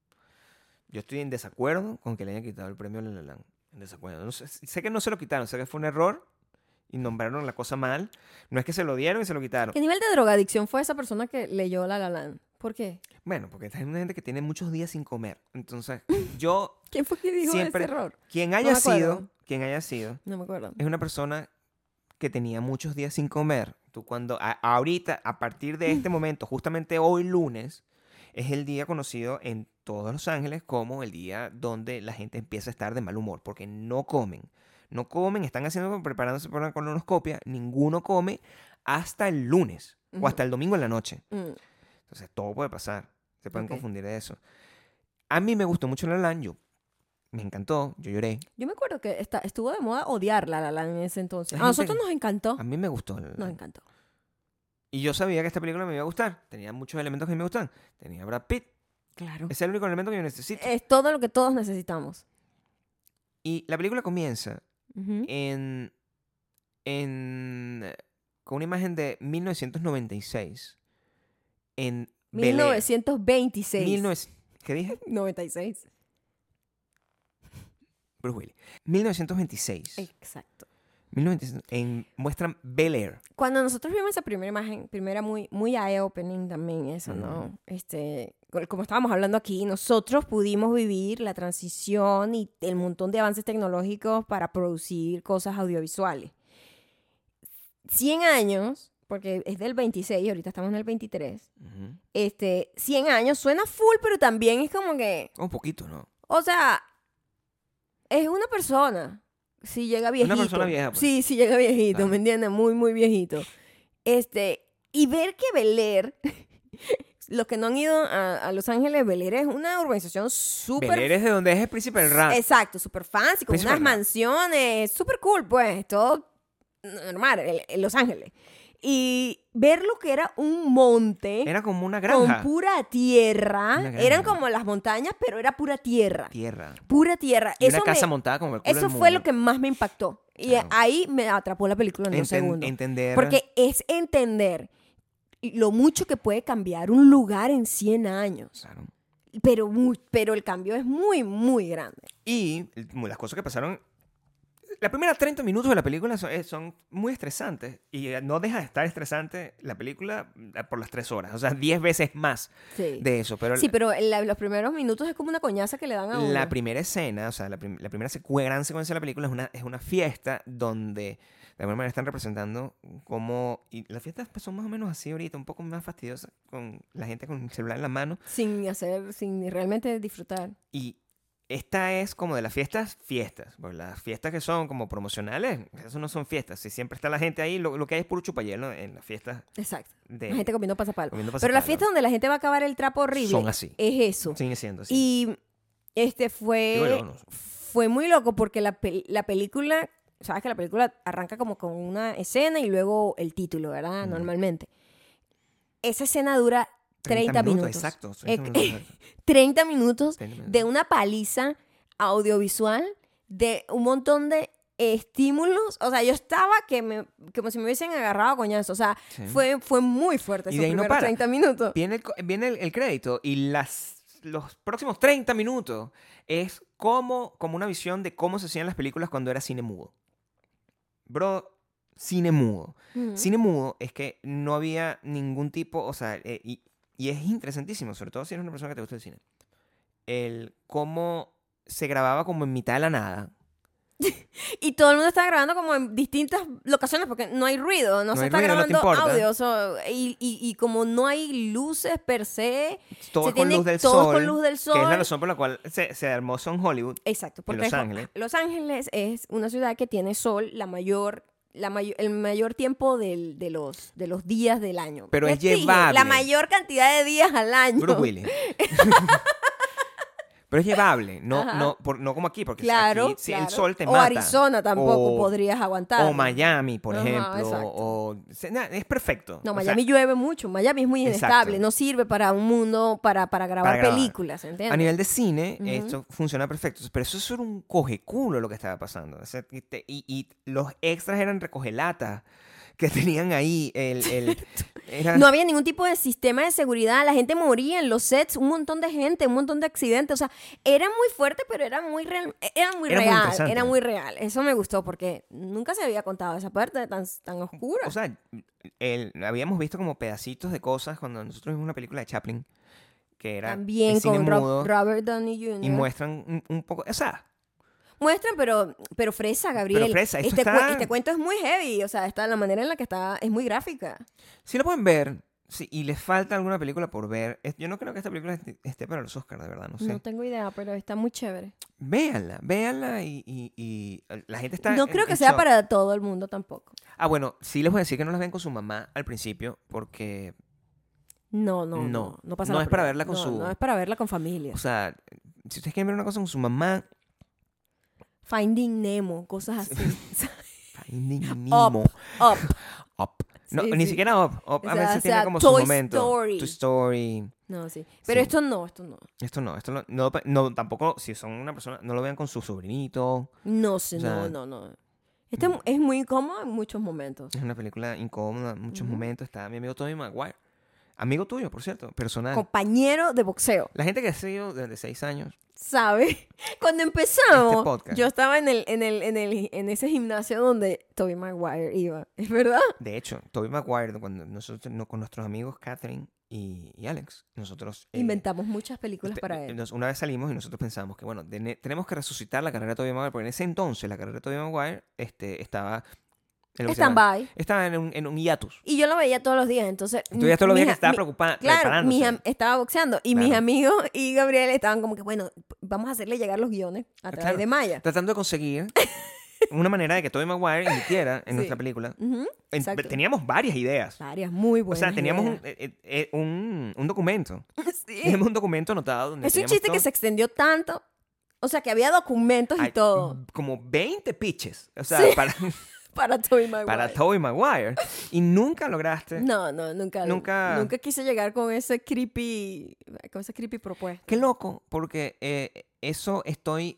yo estoy en desacuerdo con que le hayan quitado el premio a La La Land. En desacuerdo. No sé, sé que no se lo quitaron, sé que fue un error y nombraron la cosa mal. No es que se lo dieron y se lo quitaron. ¿Qué nivel de drogadicción fue esa persona que leyó La La Land? ¿Por qué? Bueno, porque hay una gente que tiene muchos días sin comer. Entonces, yo ¿Quién fue que dijo siempre, ese error? quien No haya me acuerdo. sido, quien haya sido, No me acuerdo. es una persona que tenía muchos días sin comer. Tú cuando, a- ahorita, a partir de este momento, justamente hoy lunes, es el día conocido en todos Los Ángeles como el día donde la gente empieza a estar de mal humor, porque no comen. No comen, están haciendo, preparándose para una colonoscopia, ninguno come hasta el lunes o Ujú. hasta el domingo en la noche. Mm. Entonces, todo puede pasar. Se pueden Ok. confundir de eso. A mí me gustó mucho La La Land, yo me encantó, yo lloré. Yo me acuerdo que esta- estuvo de moda odiar La La Land en ese entonces. La A gente- nosotros nos encantó. A mí me gustó. La La Nos Land. encantó. Y yo sabía que esta película me iba a gustar. Tenía muchos elementos que me gustan. Tenía Brad Pitt. Claro. Es el único elemento que yo necesito. Es todo lo que todos necesitamos. Y la película comienza Ujú. en, en con una imagen de mil novecientos noventa y seis. En Bel Air. mil novecientos veintiséis. mil novecientos ¿Qué dije? noventa y seis. Bruce Willis. mil novecientos veintiséis. Exacto. mil novecientos noventa y seis, en, muestran Bel Air. Cuando nosotros vimos esa primera imagen, primera muy, muy eye-opening también eso, Ujú. ¿no? Este, co- como estábamos hablando aquí, nosotros pudimos vivir la transición y el montón de avances tecnológicos para producir cosas audiovisuales. cien años, porque es del veintiséis y ahorita estamos en el veintitrés, Ujú. este, cien años suena full, pero también es como que, Un poquito, ¿no? o sea, es una persona. Si llega viejito. persona vieja, pues. Sí, si llega viejito, Claro. ¿me entiendes? Muy, muy viejito. Este, y ver que Bel Air, los que no han ido a, a Los Ángeles, Bel Air es una urbanización súper... Bel Air es de donde es el príncipe del rap. Exacto, súper fancy, con Príncipe unas del rap. mansiones, súper cool, pues, todo normal, en, en Los Ángeles. Y ver lo que era un monte Era como una con granja. pura tierra, Una granja. eran como las montañas, pero era pura tierra. Tierra. Pura tierra. Y una Eso me- casa montada como el culo Eso del fue mundo. lo que más me impactó. Y Claro. ahí me atrapó la película en dos Enten- segundos. Entender. Porque es entender lo mucho que puede cambiar un lugar en cien años. Claro. Pero, muy- pero el cambio es muy, muy grande. Y las cosas que pasaron. Las primeras treinta minutos de la película son, eh, son muy estresantes. Y eh, no deja de estar estresante la película eh, por las tres horas. O sea, diez veces más Sí, de eso. Pero sí pero en la- los primeros minutos es como una coñaza que le dan a uno. la primera escena, o sea, la, prim- la primera secue- gran secuencia de la película es una, es una fiesta donde de alguna manera están representando cómo... Y las fiestas pues, son más o menos así ahorita, un poco más fastidiosas, con la gente con el celular en la mano. Sin hacer, sin realmente disfrutar. Y esta es como de las fiestas, fiestas. Pues las fiestas que son como promocionales, eso no son fiestas. Si siempre está la gente ahí, lo, lo que hay es puro chupayelo en las fiestas Exacto. de... La gente comiendo pasapalo. comiendo Pero las pasapalo. fiestas donde la gente va a acabar el trapo horrible Son así. es eso. Sigue siendo así. Y este fue, Digo yo, no sé. fue muy loco porque la, pel- la película, sabes que la película arranca como con una escena y luego el título, ¿verdad? Ujú. Normalmente. Esa escena dura treinta minutos. Exacto. Eh, treinta minutos, exacto. treinta minutos treinta minutos. de una paliza audiovisual, de un montón de estímulos. O sea, yo estaba que me, como si me hubiesen agarrado a coñazo. O sea, Sí. fue, fue muy fuerte Y esos de ahí no primeros para. treinta minutos. Viene el, co- viene el, el crédito y las, los próximos treinta minutos es como, como una visión de cómo se hacían las películas cuando era cine mudo. Bro, cine mudo. Ujú. Cine mudo es que no había ningún tipo, o sea, eh, y, y es interesantísimo, sobre todo si eres una persona que te gusta el cine. El cómo se grababa como en mitad de la nada. Y todo el mundo está grabando como en distintas locaciones porque no hay ruido, no, No se hay está ruido, no te grabando importa. audio. so- y, y- y como no hay luces per se, Todo se es con tiene luz del todo sol. con luz del Que es la sol. razón por la cual se, se armó Son Hollywood. Exacto, porque Los es- Ángeles. Los Ángeles es una ciudad que tiene sol la mayor, la mayor, el mayor tiempo del- de, los, de los días del año. Pero ¿Qué es te dije? llevable. La mayor cantidad de días al año. Bruce Willis. Pero es llevable, no, Ajá. no, por- no como aquí, porque Claro, aquí si claro. el sol te o mata. Arizona tampoco O- podrías aguantar. O Miami, por Ajá, ejemplo. exacto. O, se- na- es perfecto. No, O Miami sea, llueve mucho. Miami es muy Exacto. inestable. No sirve para un mundo, para, para grabar Para grabar. películas, ¿entiendes? a nivel de cine, Ujú. esto funciona perfecto. Pero eso es un coge culo lo que estaba pasando. O sea, y, te- y- y los extras eran recogelatas. que tenían ahí. El, el, era- No había ningún tipo de sistema de seguridad. La gente moría en los sets, un montón de gente, un montón de accidentes. O sea, era muy fuerte, pero era muy real. Era muy Era muy real. interesante. Era muy real. Eso me gustó porque nunca se había contado esa parte tan, tan oscura. O sea, el- habíamos visto como pedacitos de cosas cuando nosotros vimos una película de Chaplin que era También el cine con Rob- mudo Robert Downey junior y muestran un, un poco, o sea, Muestran, pero, pero fresa, Gabriel. Pero fresa, esto este, cu- está- este cuento es muy heavy. O sea, está, la manera en la que está es muy gráfica. si lo pueden ver, sí, y les falta alguna película por ver, es- yo no creo que esta película esté, esté para los Oscars, de verdad, no sé. No tengo idea, pero está muy chévere. Véanla, véanla y, y- y la gente está No en- creo que en sea shock. para todo el mundo tampoco. Ah, bueno, sí les voy a decir que no las ven con su mamá al principio porque, No, no, No, no. No, pasa no la es para prueba. verla con No, su- No es para verla con familia. o sea, si ustedes quieren ver una cosa con su mamá, Finding Nemo, cosas así. Finding Nemo, Up. Up. No, Sí, ni sí. siquiera Up. Up O a sea, veces o tiene sea, como Toy su momento. Story. Toy Story. No, sí. Pero Sí. esto no, esto no. Esto no, esto no, no, no, tampoco, si son una persona, no lo vean con su sobrinito. No sé, O sea, no, no, no. Este es muy incómodo en muchos momentos. Es una película incómoda en muchos Ujú. momentos. Está mi amigo Tobey Maguire. Amigo tuyo, por cierto, personal. Compañero de boxeo. La gente que ha seguido desde seis años. ¿Sabe? Cuando empezamos, Este podcast. yo estaba en el, en el, en el, en ese gimnasio donde Tobey Maguire iba. ¿Es verdad? De hecho, Tobey Maguire, cuando nosotros, no, con nuestros amigos Catherine y, y Alex, nosotros... eh, Inventamos muchas películas este, para eh, él. nos- una vez salimos y nosotros pensamos que, bueno, tene- tenemos que resucitar la carrera de Tobey Maguire, porque en ese entonces la carrera de Tobey Maguire este, estaba... en lo que se llama- Stand-by. Estaba en un, en un hiatus. Y yo lo veía todos los días, entonces... Tú ya todos los días mis que a- estaba mi- preocupada, Claro, preparándose. mis am- estaba boxeando. Y mis Claro. amigos y Gabriel estaban como que, bueno, p- vamos a hacerle llegar los guiones a través Claro. de Maya. Tratando de conseguir una manera de que Tobey Maguire emitiera en Sí. nuestra película. Ujú, En- exacto. teníamos varias ideas. Varias muy O buenas sea, teníamos un, ideas. eh, eh, un, un documento. Sí. Teníamos un documento anotado donde Es un teníamos chiste que todo- se extendió tanto. O sea, que había documentos y Ay, todo como veinte pitches. O sea, Sí. para, para Tobey Maguire. para Tobey Maguire. Y nunca lograste. No, no, nunca. Nunca- Nunca quise llegar con ese creepy, con esa creepy propuesta. Qué loco, porque eh, eso estoy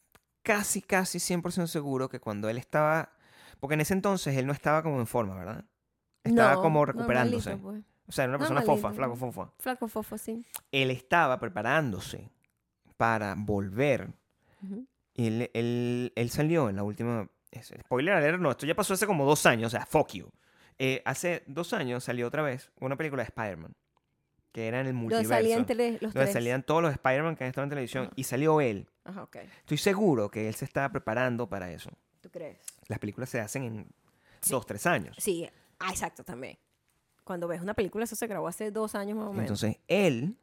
casi, casi cien por ciento seguro que cuando él estaba... Porque en ese entonces él no estaba como en forma, ¿verdad? Estaba No, como recuperándose. normalito, pues. O sea, era una persona Normalito. fofa, flaco fofa. Flaco fofo, sí. Él estaba preparándose para volver. Ujú. Y él, él, él salió en la última... es- Spoiler alert, no, esto ya pasó hace como dos años, o sea, fuck you. Eh, hace dos años salió otra vez una película de Spider-Man, que era en el Donde multiverso. salían tele- los donde tres. salían todos los Spider-Man que han estado en televisión, Ajá. y salió él. Ajá, ok. Estoy seguro que él se estaba preparando para eso. ¿Tú crees? Las películas se hacen en Sí. dos, tres años. Sí, ah, exacto, también. Cuando ves una película, eso se grabó hace dos años más o menos. Entonces, él,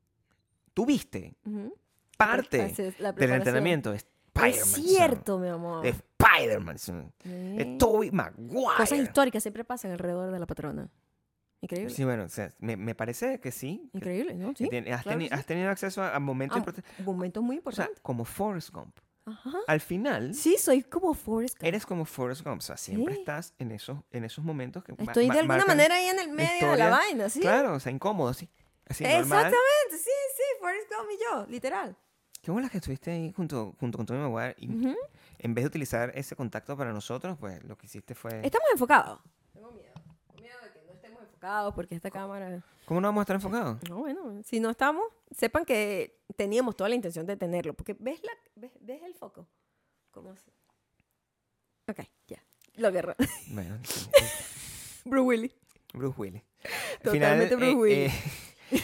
tú viste Ujú. parte Hace la del preparación. entrenamiento de Spider-Man. Es cierto, mi amor. De Spider-Man. De Sí. Tobey Maguire. Cosas históricas siempre pasan alrededor de la patrona. Increíble. Sí, bueno, o sea, me, me parece que sí. que- Increíble, ¿no? que Sí. tiene- has, claro teni- que sí. has tenido acceso a, a momentos Ah, importantes. momentos muy O sea, importantes. como Forrest Gump. Ajá. Al final, Sí, soy como Forrest Gump. eres como Forrest Gump. O sea, siempre Sí. estás en esos, en esos momentos que ma- Estoy ma- de alguna marcan manera ahí en el medio de la historia. vaina, ¿sí? Claro, o sea, incómodo, así. Así, normal. Exactamente, sí, sí, Forrest Gump y yo, literal. Qué bolas que estuviste ahí junto, junto con Tobey Maguire y Ujú. en vez de utilizar ese contacto para nosotros, pues lo que hiciste fue... Estamos enfocados. Tengo miedo. Tengo miedo de que no estemos enfocados porque esta cámara... ¿Cómo no vamos a estar enfocados? No, bueno, si no estamos, sepan que teníamos toda la intención de tenerlo. Porque ves, la, ves, ves el foco. ¿Cómo se...? Ok, ya. Lo agarró. Bueno, sí. Bruce Willis. Bruce Willis. Al Totalmente Bruce Willis. eh,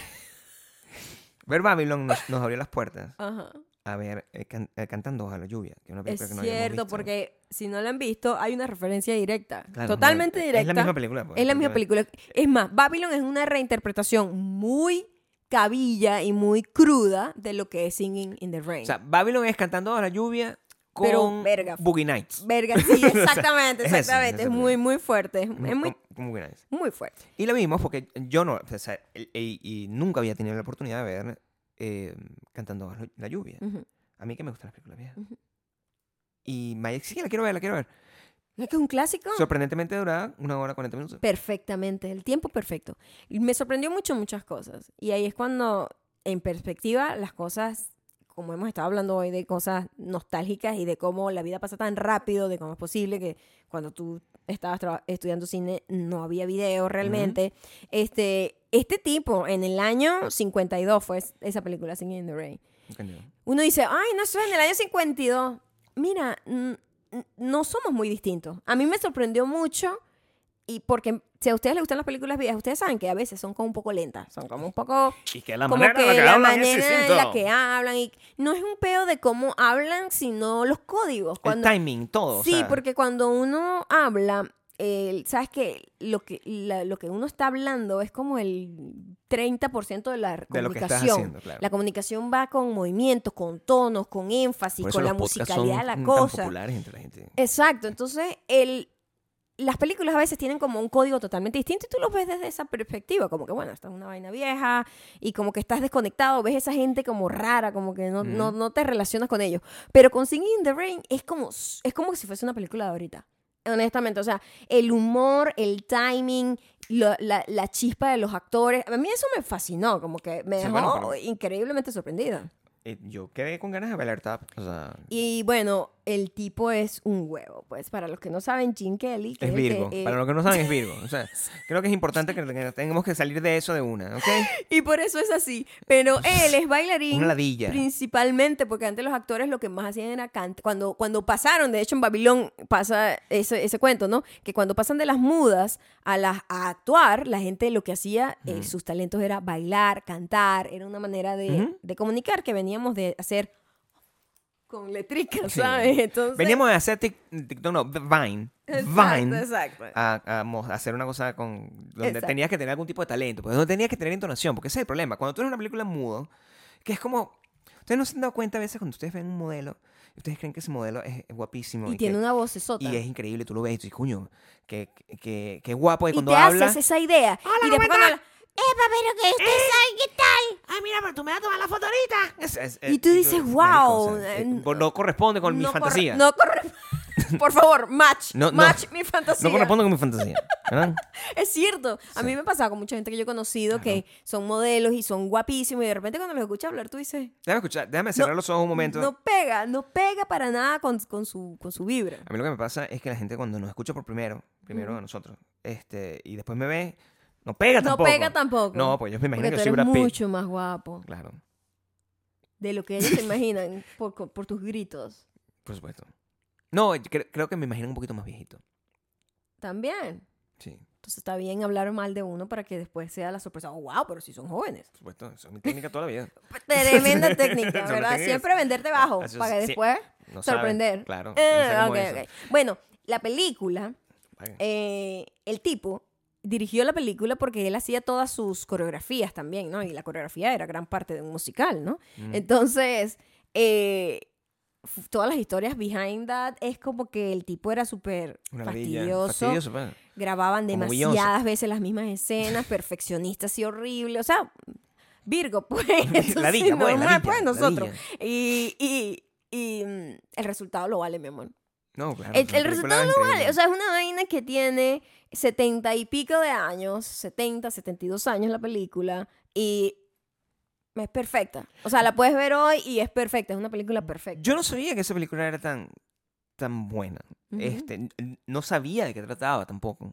ver Babylon nos, nos abrió las puertas Ajá. a ver eh, can- eh, Cantando a la lluvia, que es una Es película que no habíamos cierto, visto. porque si no la han visto, hay una referencia directa. Claro, Totalmente no, directa. Es la misma película. pues, Es la misma prácticamente. película. Es más, Babylon es una reinterpretación muy cabilla y muy cruda de lo que es Singing in the Rain. O sea, Babylon es Cantando a la lluvia con Pero, verga. Boogie Nights. Verga, sí, exactamente, es eso, exactamente. es Es eso. muy, muy fuerte. Es Con- muy, con Boogie Nights. muy fuerte. Y la vimos porque yo no, o sea, y, y- y nunca había tenido la oportunidad de ver eh, Cantando a la lluvia. Ujú. A mí que me gustan las películas viejas. Ujú. Y Maya, sí, la quiero ver, la quiero ver. ¿Es que es un clásico? Sorprendentemente duraba una hora cuarenta minutos. Perfectamente, el tiempo perfecto. Y me sorprendió mucho muchas cosas. Y ahí es cuando, en perspectiva, las cosas, como hemos estado hablando hoy, de cosas nostálgicas y de cómo la vida pasa tan rápido, de cómo es posible que cuando tú estabas traba- estudiando cine, no había video realmente. Uh-huh. Este, este tipo, en el año cincuenta y dos fue esa película, Singing in the Rain. Entendido. Uno dice, ay, no sé, en el año cincuenta y dos. Mira, n- n- no somos muy distintos. A mí me sorprendió mucho. Y porque si a ustedes les gustan las películas viejas, ustedes saben que a veces son como un poco lentas. Son como un poco... Y que la como manera que en la que la hablan es manera en distinto. la que hablan. Y no es un peo de cómo hablan, sino los códigos. Cuando, el timing, todo. Sí, o sea, porque cuando uno habla, eh, sabes que lo que la- lo que uno está hablando es como el treinta por ciento de la de lo que comunicación. estás haciendo, claro. La comunicación va con movimientos, con tonos, con énfasis, Por eso con la los podcasts musicalidad son de la tan cosa. populares entre la gente. Exacto. Entonces, el... las películas a veces tienen como un código totalmente distinto y tú los ves desde esa perspectiva, como que bueno, esta es una vaina vieja y como que estás desconectado, ves esa gente como rara, como que no, Mm. no, no te relacionas con ellos. Pero con Singing in the Rain es como, es como si fuese una película de ahorita, honestamente. O sea, el humor, el timing, lo- la, la chispa de los actores, a mí eso me fascinó, como que me Sí, dejó bueno, pero- increíblemente sorprendida. Eh, yo quedé con ganas de bailar tap. O sea, Y bueno, el tipo es un huevo. Pues para los que no saben, Gene Kelly, que es el que, Virgo. eh, Para los que no saben, es Virgo. O sea, creo que es importante que que tengamos que salir de eso de una, ¿ok? y por eso es así. Pero él es bailarín Una ladilla. principalmente porque antes los actores lo que más hacían era cantar. Cuando, cuando pasaron, de hecho en Babilón pasa ese, ese cuento, ¿no? Que cuando pasan de las mudas a, las, a actuar, la gente lo que hacía, eh, Ujú. sus talentos era bailar, cantar. Era una manera de, Ujú. de comunicar que veníamos de hacer con letricas, Sí. ¿sabes? Entonces, Veníamos de hacer tic- TikTok, no, Vine. Exacto, Vine. exacto. A, a mo- a hacer una cosa con donde Exacto. tenías que tener algún tipo de talento, pues donde tenías que tener entonación, porque ese es el problema. Cuando tú eres una película en mudo, que es como... Ustedes no se han dado cuenta a veces cuando ustedes ven un modelo, y ustedes creen que ese modelo es, es guapísimo. Y tiene que, una voz esota. y es increíble, tú lo ves y tú dices, coño, que, que, que guapo. Y, Y cuando te habla... haces esa idea. y después cuando habla, ¡Epa, pero que usted sabe qué tal! Ay, mira, pero tú me vas a tomar la foto ahorita. Es- es- Y tú dices, marico, wow, o sea, eh, eh, no corresponde con mi No corre- fantasía. No corre... Por favor, match. No, no. match mi fantasía. No corresponde con mi fantasía. ¿Verdad? Es cierto. A Sí. mí me pasaba con mucha gente que yo he conocido Claro. que son modelos y son guapísimos y de repente cuando los escuchas hablar tú dices, Déjame escuchar, déjame cerrar No, los ojos un momento. no pega, no pega para nada con, con, su, con su vibra. A mí lo que me pasa es que la gente cuando nos escucha por primero, primero Ujú. a nosotros, este, y después me ve, no pega No tampoco. pega tampoco. No, pues ellos me imaginan Porque que tú soy eres Brad Pitt. mucho más guapo Claro, de lo que ellos se imaginan por, por tus gritos. por supuesto. No, yo cre- creo que me imaginan un poquito más viejito. También. Sí, Entonces está bien hablar mal de uno para que después sea la sorpresa. Oh, wow, pero si son jóvenes. por supuesto. Esa es mi técnica toda la vida. Tremenda técnica, Esa es la ¿verdad? técnica. Siempre venderte bajo Eso para que sí. después No saben, sorprender. Claro. Eh, no sé cómo ok, es eso. ok. Bueno, la película, Vaya. eh, el tipo dirigió la película porque él hacía todas sus coreografías también, ¿no? Y la coreografía era gran parte de un musical, ¿no? Mm. Entonces, eh, f- todas las historias behind that es como que el tipo era súper Una ladilla. fastidioso. Fastidioso, pues. Grababan Como demasiadas Beyoncé. veces las mismas escenas, perfeccionista así horrible. O sea, Virgo, pues. Entonces, Ladilla, pues, normal, ladilla, pues, nosotros. ladilla. Y, y, y mm, el resultado lo vale, mi amor. No, claro. El, es una el película resultado lo increíble. vale. O sea, es una vaina que tiene setenta y pico de años, setenta, setenta y dos años la película, y es perfecta. O sea, la puedes ver hoy y es perfecta. Es una película perfecta. Yo no sabía que esa película era tan, tan buena. Ujú. este, n- no sabía de qué trataba tampoco.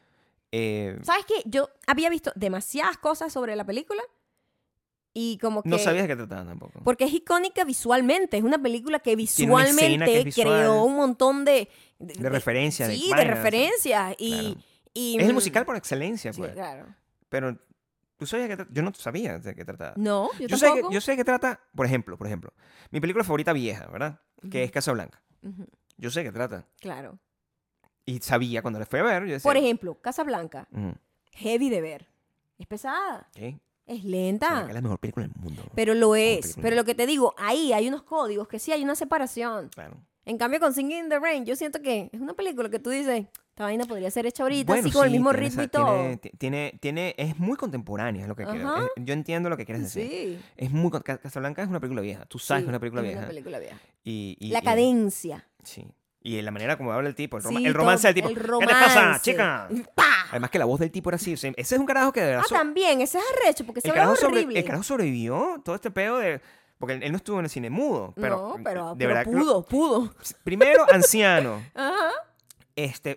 Eh, ¿Sabes qué? Yo había visto demasiadas cosas sobre la película y como que... no sabía de qué trataba tampoco. Porque es icónica visualmente. Es una película que una escena visualmente que es visual. creó un montón de... De referencias, de Sí, de vainas. referencias. Y, Claro. y, Es el mm, musical por excelencia, Sí, pues. claro. Pero tú sabías que tra- yo no sabía de qué trataba. No, yo, yo, sé que, tampoco. yo sé de qué trata, por ejemplo, por ejemplo, mi película favorita vieja, ¿verdad? Que Ujú. es Casablanca. Ujú, Yo sé de qué trata. claro. Y sabía cuando la fui a ver, yo decía... Por ejemplo, Casablanca, ujú, heavy de ver. Es pesada, ¿qué? es Será lenta, que es la mejor película del mundo. pero lo es. película. Pero lo que te digo, ahí hay unos códigos que sí hay una separación. Claro. En cambio, con Singing in the Rain, yo siento que es una película que tú dices, esta vaina podría ser hecha ahorita, Bueno, así con el sí, mismo tiene ritmo esa- y todo. Tiene, ti- tiene, tiene- es muy contemporánea, es lo que quiero. Ajá. Es- yo entiendo lo que quieres decir. Sí. Es muy, con- Ca- Casablanca es una película vieja. Tú sabes Sí, que es una película es vieja. una película vieja. Y, y- La y- cadencia. Sí. Y la manera como habla el tipo, el, roma- Sí, el romance todo- del tipo. el ¿Qué te pasa, romance. chica? ¡Pah! Además que la voz del tipo era así. o sea, ese es un carajo que de verdad... Ah, so- también, ese es arrecho, porque se el, habla carajo sobre- horrible. el carajo sobrevivió todo este pedo de... Porque él, él no estuvo en el cine mudo. Pero, no, pero, de pero verdad, lo- pudo, pudo. primero, anciano. Ajá. Este,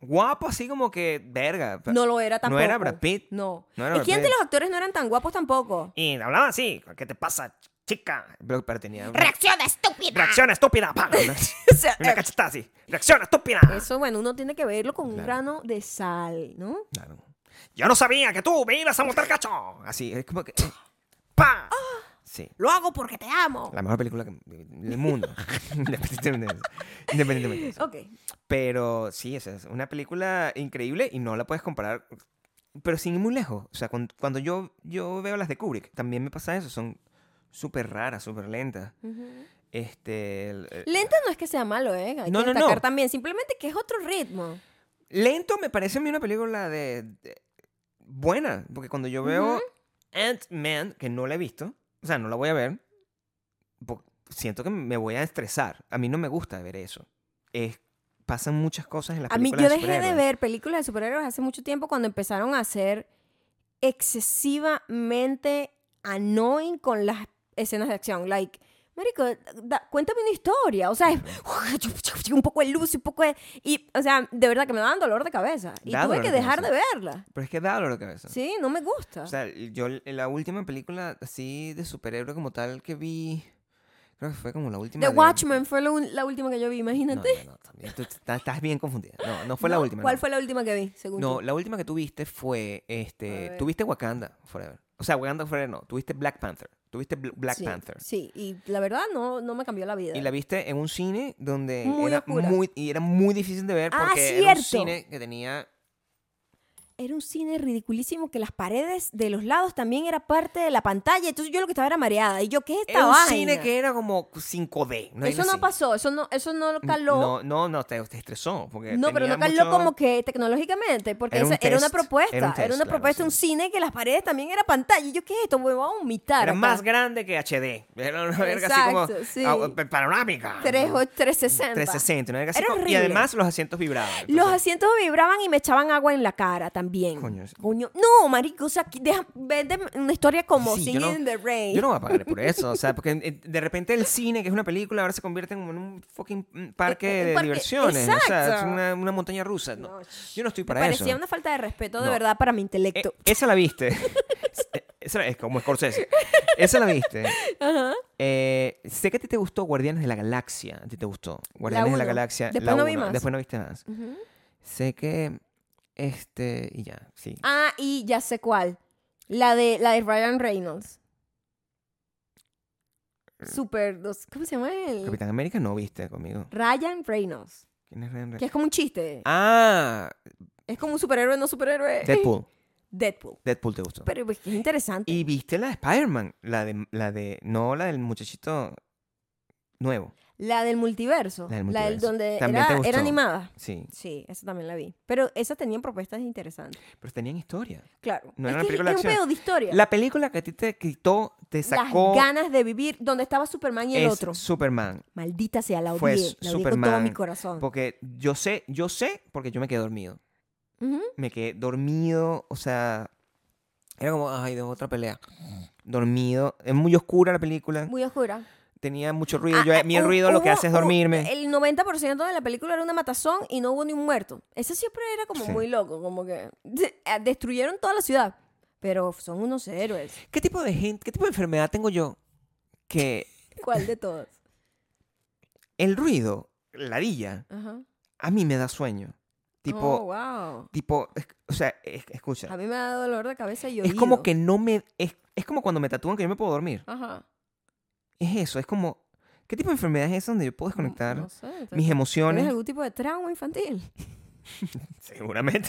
guapo así como que, verga. No lo era tampoco. No era Brad Pitt. No. No era es Brad que antes Pitt. los actores no eran tan guapos tampoco. Y hablaba así, ¿qué te pasa, chica? Pero, pero tenía una ¡Reacción estúpida! reacción estúpida. ¡Pam! Una, O sea, una cachetada así. Reacción estúpida. eso, bueno, uno tiene que verlo con un Claro. grano de sal, ¿no? Claro. Yo no sabía que tú me ibas a montar cacho. Así, es como que... ¡Pa! Sí. Lo hago porque te amo. La mejor película que- del mundo. Independientemente de eso. Independientemente de eso. Ok. Pero sí, esa es una película increíble y no la puedes comparar, pero sin ir muy lejos. O sea, cuando, cuando yo, yo veo las de Kubrick, también me pasa eso. Son súper raras, súper lentas. Ujú. Este, el- el- Lenta no es que sea malo, ¿eh? Hay No, que no, destacar no. también. Simplemente que es otro ritmo. lento me parece a mí una película de, de- buena, porque cuando yo veo Ujú. Ant-Man, que no la he visto, o sea, no la voy a ver, po- siento que me voy a estresar. A mí no me gusta ver eso. Es, pasan muchas cosas en las A mí películas yo de dejé de superhéroes. ver películas de superhéroes hace mucho tiempo cuando empezaron a ser excesivamente annoying con las escenas de acción. Like, marico, da- cuéntame una historia. O sea, es un poco de luz y un poco de... Y, o sea, de verdad que me daban dolor de cabeza. Y Da tuve dolor que de dejar de cabeza. verla. Pero es que da dolor de cabeza. Sí, no me gusta. O sea, yo en la última película así de superhéroe como tal que vi, creo que fue como la última The de- Watchmen fue la, un- la última que yo vi, No, imagínate. no, no, también tú estás, estás bien confundida. No, no fue la ¿No? última. ¿Cuál no. fue la última que vi, según No, tú? la última que tuviste fue, A este, ver. tuviste Wakanda Forever. O sea, Wakanda Forever no, tuviste Black Panther. Tuviste Bl- Black sí, Panther. Sí, y la verdad no, no me cambió la vida. Y la viste en un cine donde Muy era oscura. muy y era muy difícil de ver Ah, porque era un cierto. cine que tenía Era un cine ridiculísimo que las paredes de los lados también era parte de la pantalla. Entonces yo lo que estaba era mareada. Y yo, ¿qué es esta era un vaina? cine que era como cinco D. ¿no? Eso no pasó, eso no, eso no caló. No, no, no, te, te estresó. Porque No, pero tenía no caló mucho- como que tecnológicamente, porque Era un esa- era una test, propuesta, era era, un test, una claro, propuesta, sí. un cine que las paredes también era pantalla. Y yo, ¿qué es esto? Me voy a vomitar Era acá. más grande que H D. Era una verga así Exacto, como sí. ah, pa- panorámica. Tres o trescientos sesenta. trescientos sesenta. Una verga así Era como- y horrible. además los asientos vibraban. Los entonces- asientos vibraban y me echaban agua en la cara también. Coño, sí. Coño. No, marico, o sea, aquí deja, vende una historia como Sí, yo Singing no- in the Rain. Yo no voy a pagar por eso, o sea, porque eh, de repente el cine, que es una película, ahora se convierte como en un fucking mm, parque Eh, eh, de parque- diversiones. O sea, es exacto. una, una montaña rusa. No, No, yo no estoy Me para parecía eso. una falta de respeto de No. verdad para mi Eh, intelecto. esa la viste. Esa es como Scorsese. Esa la viste. Ajá. Eh, sé que a ti te gustó Guardianes de la Galaxia. A ti te gustó. Guardianes de la uno. Galaxia. Después la no vi uno. más. Después no viste más. Ujú. Sé que. Este. Y ya, sí. Ah, y ya sé cuál. La de, la de Ryan Reynolds. Super. dos- ¿Cómo se llama él? Capitán América no viste conmigo. Ryan Reynolds. ¿Quién es Ryan Reynolds? Que es como un chiste. Ah, Es como un superhéroe, no superhéroe. Deadpool. Deadpool. Deadpool te gustó. Pero pues, es interesante. ¿Y viste la de Spider-Man? La de, la de. No, la del muchachito nuevo. La del multiverso. La del La del multiverso. donde También era, te gustó. era animada. Sí. Sí, esa también la vi. Pero esas tenían propuestas interesantes. Pero tenían historia. Claro. No es era una que película de es un acción. pedo de historia. La película que a ti te quitó, te sacó. Las ganas de vivir donde estaba Superman y el es otro. Superman. Maldita sea, la Fue odié. La odié con Superman, todo mi corazón. Porque yo sé, yo sé, porque yo me quedé dormido. Ujú. Me quedé dormido, o sea. Era como, ay, de otra pelea. Dormido. Es muy oscura la película. Muy oscura. Tenía mucho ruido. Ah, Yo, ah, a mí el hubo- ruido lo que hubo- hace es hubo- dormirme. El noventa por ciento de la película era una matazón y no hubo ni un muerto. Eso siempre era como Sí. muy loco, como que de- eh, destruyeron toda la ciudad. Pero son unos héroes. ¿Qué tipo de gente, qué tipo de enfermedad tengo yo? Que ¿Cuál de todos? el ruido, la ladilla, Ajá. a mí me da sueño. Tipo, Oh, wow. tipo, es- o sea, es- escucha. A mí me da dolor de cabeza y Es oído. como que no me, es, es como cuando me tatúan que yo me puedo dormir. Ajá. Es eso, es como, ¿qué tipo de enfermedad es esa donde yo puedo desconectar No, no sé. ¿Te- mis ¿Tienes emociones? algún tipo de trauma infantil? Seguramente.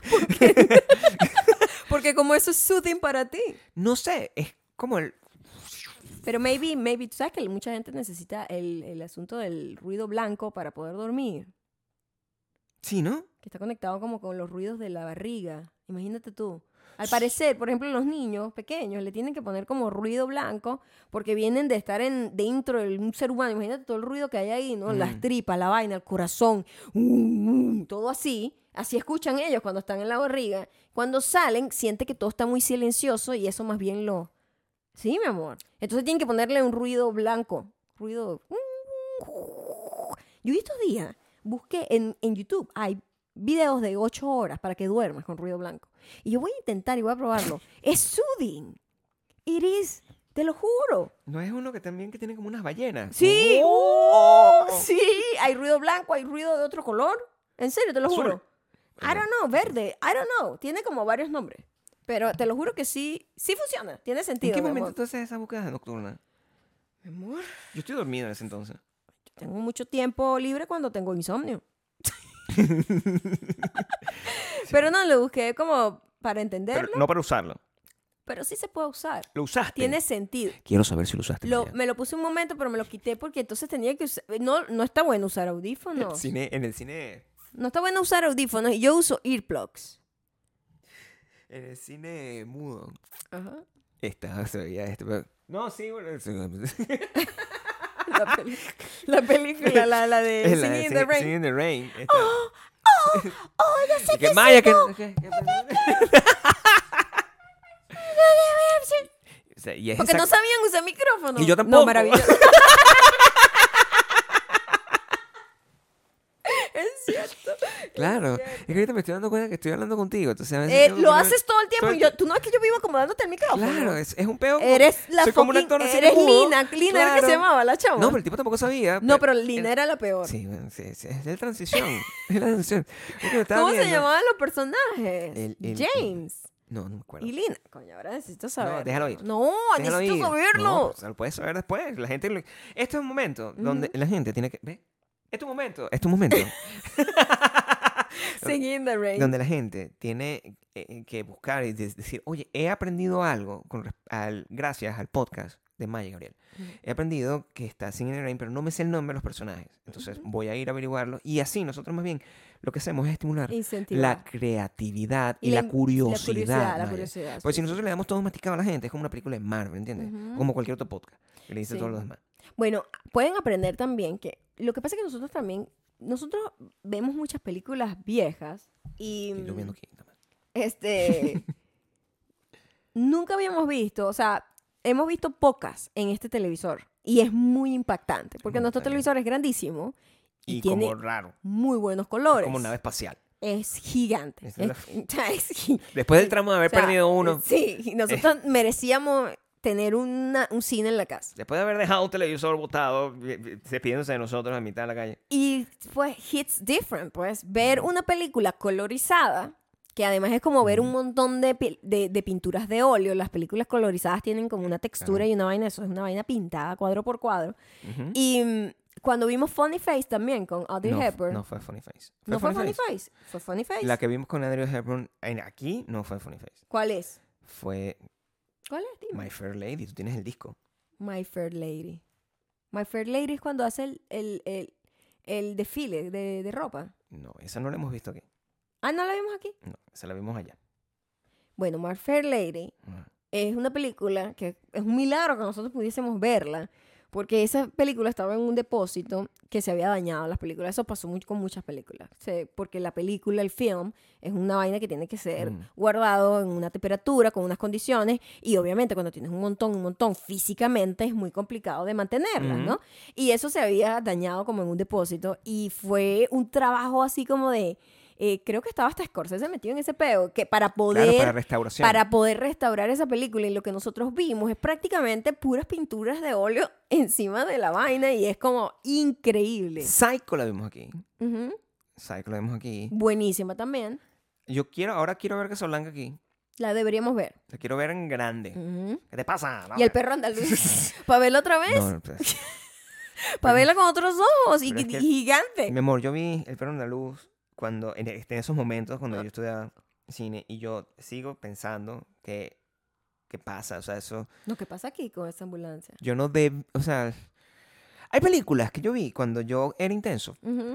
Porque como eso es soothing para ti. No sé, es como el, Pero maybe, maybe, tú sabes que mucha gente necesita el, el asunto del ruido blanco para poder dormir. sí, ¿no? Que está conectado como con los ruidos de la barriga. Imagínate tú. Al parecer, por ejemplo, los niños pequeños le tienen que poner como ruido blanco porque vienen de estar en, dentro de un ser humano. Imagínate todo el ruido que hay ahí, ¿no? Mm. Las tripas, la vaina, el corazón, uh, uh, todo así. Así escuchan ellos cuando están en la barriga. Cuando salen, siente que todo está muy silencioso y eso más bien lo... Sí, mi amor. Entonces tienen que ponerle un ruido blanco. Ruido... Yo estos días busqué en, en YouTube, hay videos de ocho horas para que duermas con ruido blanco. Y yo voy a intentar y voy a probarlo. Es soothing. It is, te lo juro. ¿No es uno que también que tiene como unas ballenas? Sí, ¡Oh! uh, sí. Hay ruido blanco, hay ruido de otro color. En serio, te lo Azul. juro. I don't know, verde. I don't know. Tiene como varios nombres. Pero te lo juro que sí, sí funciona. Tiene sentido. ¿En qué mi momento amor. tú haces esa búsqueda nocturna? Mi amor, Yo estoy dormido en ese entonces. yo tengo mucho tiempo libre cuando tengo insomnio. Pero no, lo busqué como para entenderlo. Pero no para usarlo. Pero sí se puede usar. ¿Lo usaste? Tiene sentido. Quiero saber si lo usaste. Lo, Maya. me lo puse un momento, pero me lo quité porque entonces tenía que usar... No, no está bueno usar El audífonos. cine, en el cine... No está bueno usar audífonos y yo uso earplugs. En el cine mudo. Ajá. Esta, se veía esto. Pero... No, sí, bueno. es- La, peli- la película, la, la de es la Singing de in the Sing- Rain. Singing in the Rain. Esta- Oh, ya sé Y que que Maya, sí, que... no. que- que- O sea, y es Porque no esa- sabían usar micrófono. Y yo tampoco. No, maravilloso. Es cierto. Claro. Es Es cierto. que ahorita me estoy dando cuenta que estoy hablando contigo. Entonces, a veces Eh, tengo que lo poner- haces todo el tiempo. todo el Y yo, tú no ves que yo vivo acomodándote el micrófono. Claro, es, es un peo. como- Eres la soy como un fucking- actor de cine eres mudo. Lina. Lina era que Claro. se llamaba la chava. No, pero el tipo tampoco sabía. No, pero Lina era la peor. Sí, bueno, sí, sí, es de transición. Es la transición. Es que me estaba ¿Cómo se viendo- llamaban los personajes? El- el- James. No, no me acuerdo. Y Lina. Coño, ahora necesito saber. No, déjalo ir. No, Déjalo necesito ir. saberlo. No, o sea, lo puedes saber después. La gente... lo- Este es un momento donde la gente tiene que... ¿Ve? Es tu momento. Es tu momento. Singing in the Rain. donde la gente tiene eh, que buscar y de- decir, oye, he aprendido algo con, res- al, gracias al podcast de Maya y Gabriel. Ujú. He aprendido que está Singing in the Rain, pero no me sé el nombre de los personajes. Entonces voy a ir a averiguarlo. Y así nosotros más bien lo que hacemos es estimular Incentivar. la creatividad y, Y la, la- curiosidad. La curiosidad, la Maya. curiosidad. Pues sí, si nosotros le damos todo masticado a la gente, es como una película de Marvel, ¿entiendes? Ujú. Como cualquier otro podcast que le dice Sí. todos los demás. Bueno, pueden aprender también que lo que pasa es que nosotros también, nosotros vemos muchas películas viejas y Y yo viendo aquí también. este nunca habíamos visto, o sea, hemos visto pocas en este televisor y es muy impactante porque Muy nuestro impactante. televisor es grandísimo y, Y tiene como raro. muy buenos colores. Como nave espacial. Es gigante. Es Es, una- o sea, es gi- Después del tramo de haber o sea, perdido uno, Sí, y nosotros merecíamos tener una- un cine en la casa. después de haber dejado un televisor botado, eh, eh, despidiéndose de nosotros a mitad de la calle. Y fue hits different, pues, ver una película colorizada, que además es como ver un montón de, pi- de, de pinturas de óleo. Las películas colorizadas tienen como una textura Claro. y una vaina, eso es una vaina pintada cuadro por cuadro. Ujú. Y mm, cuando vimos Funny Face también con Audrey no, Hepburn. no fue Funny Face. ¿No fue Funny Face? ¿Fue Funny Face? La que vimos con Andrew Hepburn en aquí no fue Funny Face. ¿Cuál es? Fue ¿Cuál es? Dime. My Fair Lady. Tú tienes el disco. My Fair Lady. My Fair Lady es cuando hace el, el, el, el desfile de, de ropa. No, esa no la hemos visto aquí. Ah, ¿no la vimos aquí? No, esa la vimos allá. Bueno, My Fair Lady Ajá. es una película que es un milagro que nosotros pudiésemos verla, porque esa película estaba en un depósito que se había dañado. Las películas, eso pasó mucho con muchas películas, Se- porque la película, el film, es una vaina que tiene que ser Mm. guardado en una temperatura, con unas condiciones, y obviamente cuando tienes un montón, un montón, físicamente es muy complicado de mantenerlas, Ujú. ¿no? Y eso se había dañado como en un depósito, y fue un trabajo así como de... eh, creo que estaba hasta Scorsese metido en ese peo, que para poder... Claro, para restauración. Para poder restaurar esa película, y lo que nosotros vimos es prácticamente puras pinturas de óleo encima de la vaina y es como increíble. Psycho la vimos aquí. Ujú. Psycho la vimos aquí. Buenísima también. Yo quiero, ahora quiero ver Casablanca aquí. La deberíamos ver. La quiero ver en grande. Ujú. ¿Qué te pasa? Y el perro andaluz. Para verla otra vez. No, no, pues, Para verla con otros ojos y, Pero es que- y gigante. mi amor, yo vi El perro andaluz cuando, en, en esos momentos cuando Ah. yo estudiaba cine y yo sigo pensando que, ¿qué pasa? O sea, eso, No, ¿qué pasa aquí con esa ambulancia? yo no debo, o sea, hay películas que yo vi cuando yo era intenso, Ujú.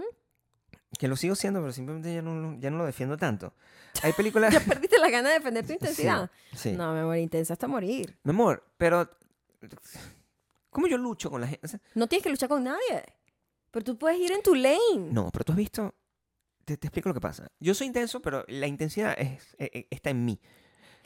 que lo sigo siendo, pero simplemente ya no, lo- ya no lo defiendo tanto. Hay películas... Ya perdiste la gana de defender tu intensidad. Sí, sí. No, mi amor, intensa hasta morir. Mi amor, pero... ¿Cómo yo lucho con la gente? O sea, No tienes que luchar con nadie. Pero tú puedes ir en tu lane. no, pero tú has visto... Te, te explico lo que pasa. Yo soy intenso, pero la intensidad es, eh, eh, está en mí.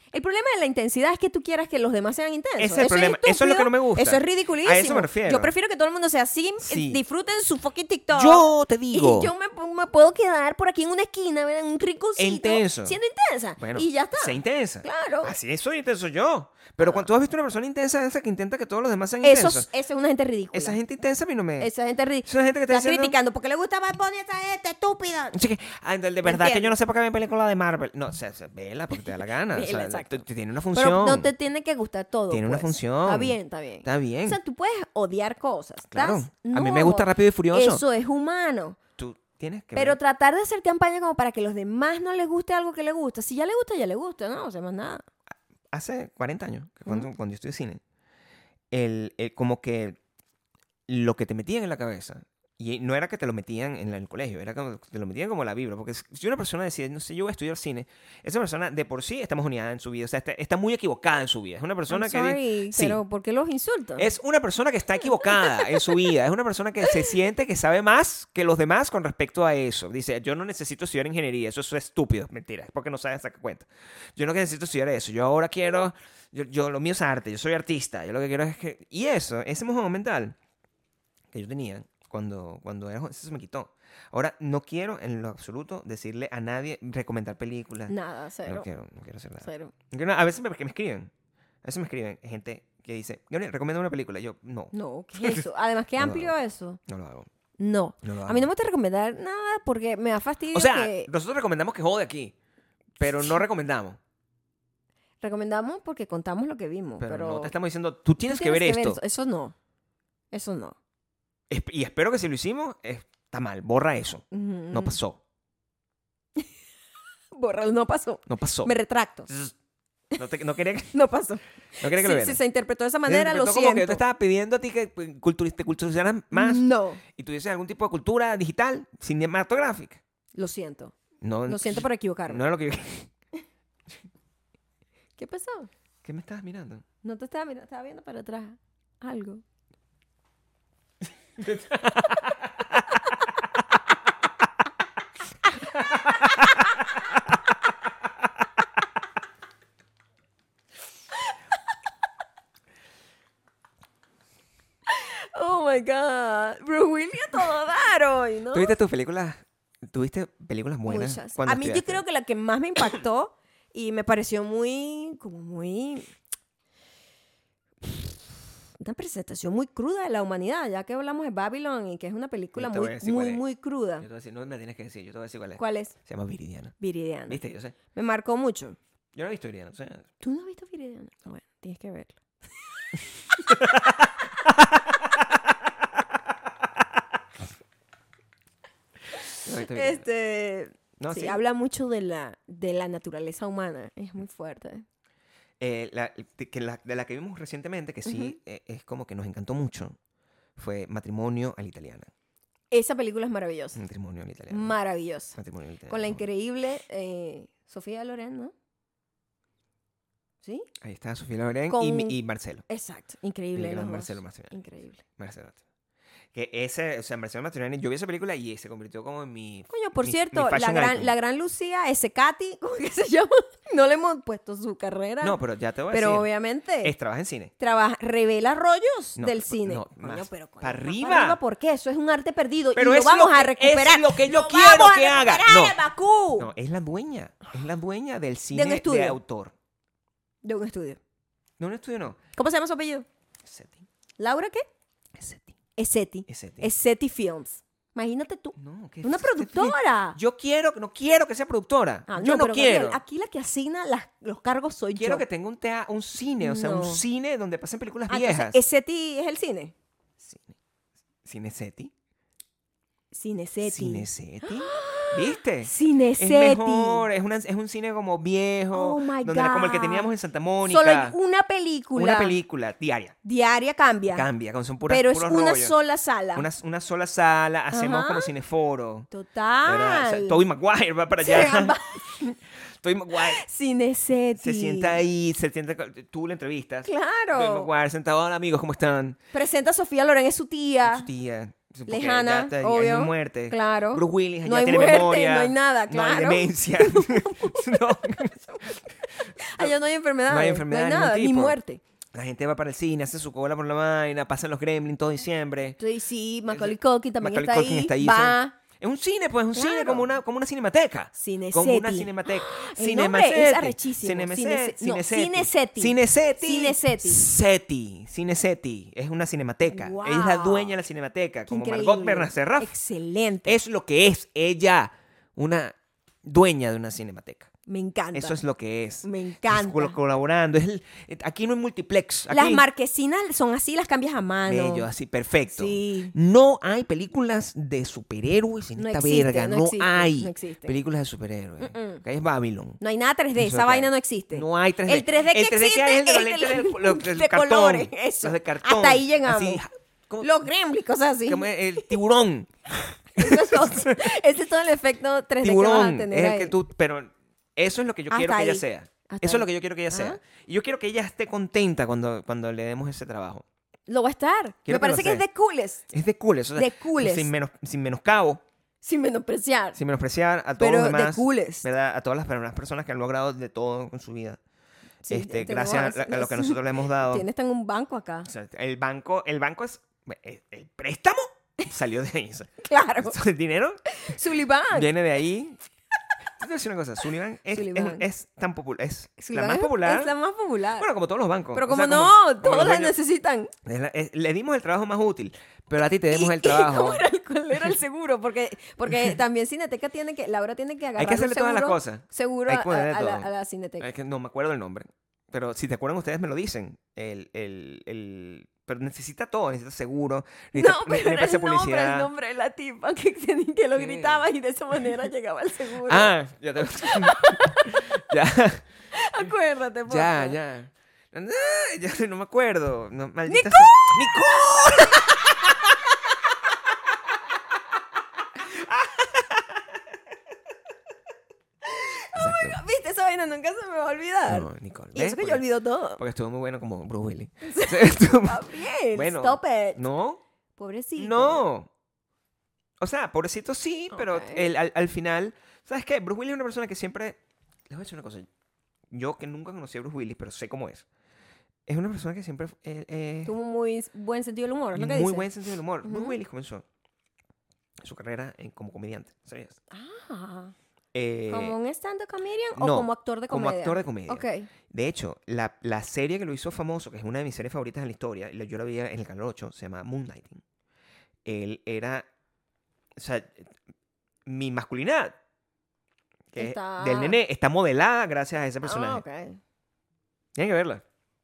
El problema de la intensidad es que tú quieras que los demás sean intensos. Ese es el problema. Es Eso es lo que no me gusta. Eso es ridiculísimo. A eso me refiero. Yo prefiero que todo el mundo sea así, Sí. disfruten su fucking TikTok. Yo te digo. Y yo me, me puedo quedar por aquí en una esquina, ¿verdad? En un rinconcito. Intenso. Siendo intensa. Bueno, y ya está. sé intensa. Claro. Así soy intenso yo. Pero cuando tú has visto una persona intensa, esa que intenta que todos los demás sean Eso, intensos. esa es una gente ridícula. Esa gente intensa a mí no me... Esa gente ridícula. Esa gente que está Está diciendo... criticando porque le gusta Bad Bunny a esta gente estúpida. Así que, ay, de, de verdad que yo no sé por qué me película de Marvel. No, o sea, se- vela porque te da la gana. Vela, o sea, exacto. t- t- tiene una función. Pero no te tiene que gustar todo. Tiene una pues. función. Está bien, está bien. Está bien. O sea, tú puedes odiar cosas. Claro. ¿estás? A mí No, me gusta Rápido y Furioso. Eso es humano. Tú tienes que Pero ver. tratar de hacer campaña como para que los demás no les guste algo que les gusta. Si ya le gusta, ya le gusta, ¿no? O sea, más nada. Hace cuarenta años, que cuando, cuando yo estudié cine, el, el- como que lo que te metían en la cabeza, y no era que te lo metían en la- el colegio, era que te lo metían como la Biblia, porque si una persona decide, no sé, yo voy a estudiar cine, esa persona de por sí está mojoneada en su vida, o sea, está, está muy equivocada en su vida. Es una persona I'm que... di- sorry, Sí. pero ¿por qué los insultan? Es una persona que está equivocada en su vida. Es una persona que se siente que sabe más que los demás con respecto a eso. Dice, yo no necesito estudiar ingeniería. Eso es estúpido. Mentira. Es porque no sabes sacar cuenta. Yo no necesito estudiar eso. Yo ahora quiero... Yo, yo- lo mío es arte. Yo soy artista. Yo lo que quiero es que... Y eso, ese mojón mental que yo tenía cuando, cuando era joven, eso se me quitó. Ahora, no quiero en lo absoluto decirle a nadie recomendar películas. Nada, cero. No quiero, no quiero hacer nada. Cero. Yo no- a veces me, que me escriben. A veces me escriben gente que dice, Gabriel, recomienda una película. Y yo, no, No, ¿qué es eso? Además, qué No lo amplio hago. eso. no lo hago. No. No lo A mí no hago. me gusta recomendar nada porque me da fastidio O sea, que nosotros recomendamos que jode aquí, pero no recomendamos. recomendamos porque contamos lo que vimos. Pero, Pero, no te estamos diciendo, tú tú tienes, que ver esto. eso. Eso no. Eso no. Esp- Y espero que si lo hicimos, está mal. Borra eso. Ujú. No pasó. Bórralo, no pasó. No pasó. Me retracto. Zzz. No, te- no quería que, No pasó. no quería que lo Si, vieran. si se interpretó de esa manera, lo Interpretó siento. como que yo te estaba pidiendo a ti que pues, culturi- te culturizaras más No. y tuvieses algún tipo de cultura digital, cinematográfica. Lo siento. No, Lo siento por equivocarme. No era lo que yo... ¿Qué pasó? ¿Qué me estabas mirando? No te estaba mirando, estaba viendo para atrás. Algo. Oh my God. Bruce Willis a todo dar hoy, ¿no? ¿Tuviste tus películas? ¿Tuviste películas buenas? Muchas. cuando A mí yo estudiaste? creo que la que más me impactó y me pareció muy, como muy... Una presentación muy cruda de la humanidad, ya que hablamos de Babylon y que es una película Yo te voy muy, a decir cuál muy, es. muy cruda. Yo te voy a decir, no me tienes que decir, yo te voy a decir cuál es. ¿Cuál es? Se llama Viridiana. Viridiana. ¿Viste? Yo sé. Me marcó mucho. Yo no he visto Viridiana, o sea, ¿Tú no has visto Viridiana? Bueno, tienes que verlo. yo no he visto Viridiana. Este... No, sí, sí. habla mucho de la, de la naturaleza humana. Es muy fuerte. Eh, la, de, que la, de la que vimos recientemente, que sí eh, es como que nos encantó mucho, fue Matrimonio a la Italiana. Esa película es maravillosa. Matrimonio a la Italiana. Maravillosa. Matrimonio a la Italiana. Con la increíble eh, Sofía Loren, ¿no? ¿Sí? Ahí está Sofía Loren Con- y, mi- y Marcelo. Exacto. Increíble. El gran los dos. Marcelo Mastroianni. Increíble. Marcelo. Que ese, o sea, Marcelo Mastroianni, yo vi esa película y se convirtió como en mi... Coño, por mi- cierto, mi la fashion gran, icon. la gran Lucía, ese Katy, ¿cómo que se llama? No le hemos puesto su carrera. No, pero ya te voy a pero decir. obviamente Es, trabaja en cine. trabaja, revela rollos No, del pa- cine. no, Coño, más. pero coño, Pa' más arriba. pa' arriba, ¿por qué? Eso es un arte perdido Pero y es lo vamos lo a que- recuperar. es lo que yo ¡Lo quiero vamos a que haga! recuperar No. en Bakú! No, es la dueña. Es la dueña del cine de, estudio. autor. De un estudio. No, un estudio no. ¿Cómo se llama su apellido? Seti. ¿Laura qué? Seti. Eseti. Seti. Eseti Films. Imagínate tú. No, ¿qué Una es este productora. Yo quiero, no quiero que sea productora. Ah, yo no pero quiero. Gabriel, aquí la que asigna las- los cargos soy Quiero yo. que tenga un, tea- un cine, o sea, No. un cine donde pasen películas Ah, viejas. entonces, Eseti es el cine. Cine. ¿Cine Seti? Cineseti. ¿Cine Seti? ¿Viste? Cineseti. Es mejor, es, una- es un cine como viejo, Oh my donde era como el que God. teníamos en Santa Mónica. Solo hay una película. Una película diaria. Diaria cambia. Cambia, con son puras pero es puros una rollos. sola sala. Una, una sola sala, hacemos Ajá. como cineforo. ¿Verdad? Total. O sea, Tobey Maguire va para Sí, allá. va- Tobey Maguire Cineseti. se sienta ahí, se sienta, con- tú le entrevistas. Tobey Claro. Maguire sentado, hola amigos, ¿cómo están? Presenta a Sofía Loren, es su tía. Su tía. Porque Lejana, ya está- ya obvio. no hay muerte. Claro. Bruce Willis No ya hay tiene muerte, memoria. no hay nada, No hay claro. demencia. no. Allá no hay enfermedades. No hay enfermedad de no hay nada, ningún ni tipo. muerte. La gente va para el cine, hace su cola por la vaina, pasan los Gremlins todo diciembre. Entonces, sí, Macaulay Culkin también Macaulay está, Culkin ahí, está ahí, va. Es un cine, pues, es un cine Claro. como una, como una cinemateca. Cineceti. Como una cinemateca. El nombre es arrechísimo. Cinemaceti. Cinece- no, Cineseti. Cineceti. Cineseti. Cineceti. Seti. Cineseti. Es una cinemateca. Wow. Ella es la dueña de la cinemateca. Qué Como increíble. Margot Bernacerraf. Excelente. Es lo que es ella. Una dueña de una cinemateca. Me encanta. Eso es lo que es. Me Es encanta. col- colaborando. Es el- aquí no hay multiplex. Aquí, Las marquesinas son así, las cambias a mano. bello, así, perfecto. Sí. No hay películas de superhéroes en No esta existe, verga. no No, existe, hay no existe. películas de superhéroes. Mm-mm. Que es Babylon. No hay nada tres D, Eso esa es vaina que- no existe. No hay tres D. El tres D que el tres D existe hay es el de los es lentes de, del, los- del de cartón. colores, eso. Los de cartón. Hasta ahí llegamos. Así, como, Los gremlins, cosas así. como el tiburón. Eso es todo- Ese es todo el efecto tres D que vas a Tiburón. tener Es el ahí. que tú, pero eso es lo que yo Hasta quiero que ella ahí. sea. Hasta Eso es lo ahí. que yo quiero que ella Ajá. sea. Y yo quiero que ella esté contenta cuando, cuando le demos ese trabajo. Lo va a estar. Quiero Me que parece lo que es sea. de coolest. Es de coolest. o sea, De coolest. Sin, menos, sin menoscabo, Sin menospreciar. sin menospreciar a todos Pero los de demás. coolest. ¿Verdad? A todas las, las personas que han logrado de todo con su vida. Sí, este, tenemos- gracias a, a lo que nosotros le hemos dado. Tienes tan un banco acá. O sea, el banco, el banco es. El, el préstamo salió de ahí. O sea, Claro. el dinero Sullivan. viene de ahí. Te voy a decir una cosa, Sullivan es, Sullivan. es, es tan popular. Es Sullivan la más es- popular. Es la más popular. Bueno, como todos los bancos. Pero O como sea, no, como todos los la dueños. necesitan. Es la- es- le dimos el trabajo más útil, pero a ti te demos ¿Y- el y trabajo. ¿Cómo era el, cuál era el seguro? Porque, porque también Cineteca tiene que, Laura tiene que agarrar Hay que hacerle un todas las seguro- cosas. Seguro Hay a, que ponerle a la, todo. a la Cineteca. Es que no me acuerdo el nombre. Pero si te acuerdan ustedes me lo dicen. El, el, el, pero necesita todo, necesita seguro, necesita, No, pero necesita era el nombre, publicidad. el nombre de la tipa que, que, que lo Sí. gritaba y de esa manera llegaba el seguro. Ah, ya te... ya, Acuérdate, por ya, favor. ya. Ah, ya no me acuerdo. No, maldita ¡Nicole! sea. ¡Nicole! Exacto. ¿Viste? Esa vaina nunca se me va a olvidar. No, Nicole. Y eso ¿ves? que yo Porque- olvido todo. Porque estuvo muy bueno como Bruce Willis. Estuvo- Está bien. Bueno, Stop it. No, Pobrecito. no. O sea, pobrecito sí, pero Ok. el- al, al final, ¿sabes qué? Bruce Willis es una persona que siempre... Les voy a decir una cosa. Yo que nunca conocí a Bruce Willis, pero sé cómo es. Es una persona que siempre... eh, eh, Tuvo muy buen sentido del humor, es lo que muy dice. buen sentido del humor. Bruce Ujú. Willis comenzó su carrera en- como comediante, ¿sabías? Ah, Eh, ¿como un stand-up comedian o no, como actor de como comedia? actor de comedia. Ok. De hecho, la, la serie que lo hizo famoso, que es una de mis series favoritas en la historia, y la- yo la veía en el Canal ocho, se llama Moonlighting. Él era, o sea, mi masculinidad, que es Está- del nene, está modelada gracias a ese personaje. Ah, ok. Tienen que verla,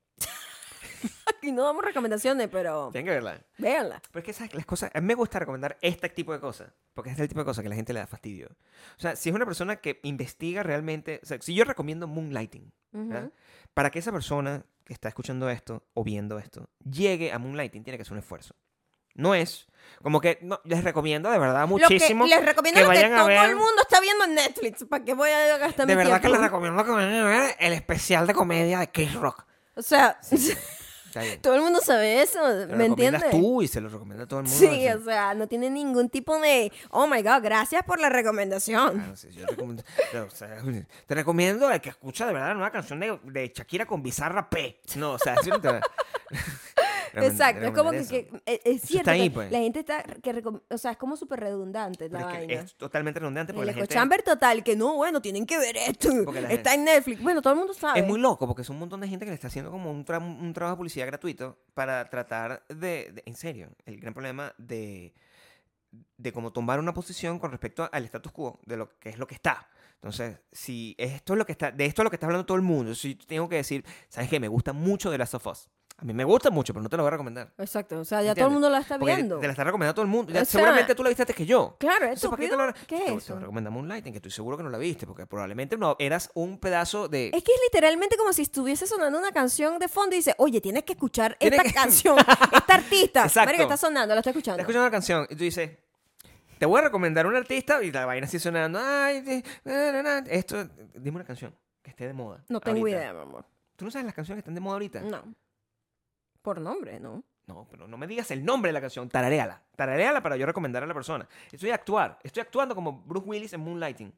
Aquí no damos recomendaciones, pero tienen que verla. véanla. Pero es que, ¿sabes? Las cosas, a mí me gusta recomendar este tipo de cosas, porque es el tipo de cosas que a la gente le da fastidio. O sea, si es una persona que investiga realmente, o sea, si yo recomiendo Moonlighting, ¿verdad? Ujú. Para que esa persona que está escuchando esto o viendo esto llegue a Moonlighting, tiene que hacer un esfuerzo. No es como que no, les recomiendo de verdad muchísimo. Lo que les recomiendo que lo que vayan a todo ver- el mundo está viendo en Netflix. ¿Para qué voy a gastar de mi verdad que tiempo? les recomiendo que vayan a ver el especial de comedia de Chris Rock. O sea, Está bien. todo el mundo sabe eso, Te lo ¿me recomiendas entiendes? tú y se lo recomienda a todo el mundo. Sí, Así. o sea, no tiene ningún tipo de, oh my God, gracias por la recomendación. Ah, no sé, yo recomiendo- pero, o sea, te recomiendo el que escucha de verdad la nueva canción de, de Shakira con Bizarra P. No, o sea, sí no te- Exacto, es como que, eso. que- eh, es Eso cierto está ahí, que pues. la gente está, que recom- o sea, es como súper redundante la Pero es, que vaina. es totalmente redundante porque El la gente... ecochamber total, que no, bueno, tienen que ver esto. Porque la Está en Netflix. Bueno, todo el mundo sabe. Es muy loco porque es un montón de gente que le está haciendo como un, tra- un trabajo de publicidad gratuito para tratar de, de- en serio, el gran problema de, de cómo tomar una posición con respecto al status quo, de lo que es lo que está. Entonces, si esto es lo que está, de esto es lo que está hablando todo el mundo, si tengo que decir, ¿sabes qué? Me gusta mucho The Last of Us. A mí me gusta mucho, pero no te lo voy a recomendar. Exacto, o sea, ya ¿Entiendes? todo el mundo la está Porque viendo. te la está recomendando todo el mundo. Ya O sea, seguramente tú la viste antes que yo. Claro, es Entonces, ¿para qué te estúpido. lo- ¿Qué te- es Te eso? recomienda Moonlighting, que estoy seguro que no la viste, porque probablemente no eras un pedazo de... Es que es literalmente como si estuviese sonando una canción de fondo y dice, oye, tienes que escuchar Tienes esta que- canción, esta artista. Exacto. Marica, está sonando, la estoy Estás escuchando. escuchando una canción y tú dices, te voy a recomendar un artista y la vaina así sonando. Ay, de- na, na, na". Esto, dime una canción que esté de moda. No tengo ahorita. idea, mi amor. ¿Tú no sabes las canciones que están de moda ahorita? No. Por nombre, ¿no? No, pero no me digas el nombre de la canción. Tararéala. Tararéala para yo recomendar a la persona. Estoy a actuar. Estoy actuando como Bruce Willis en Moonlighting.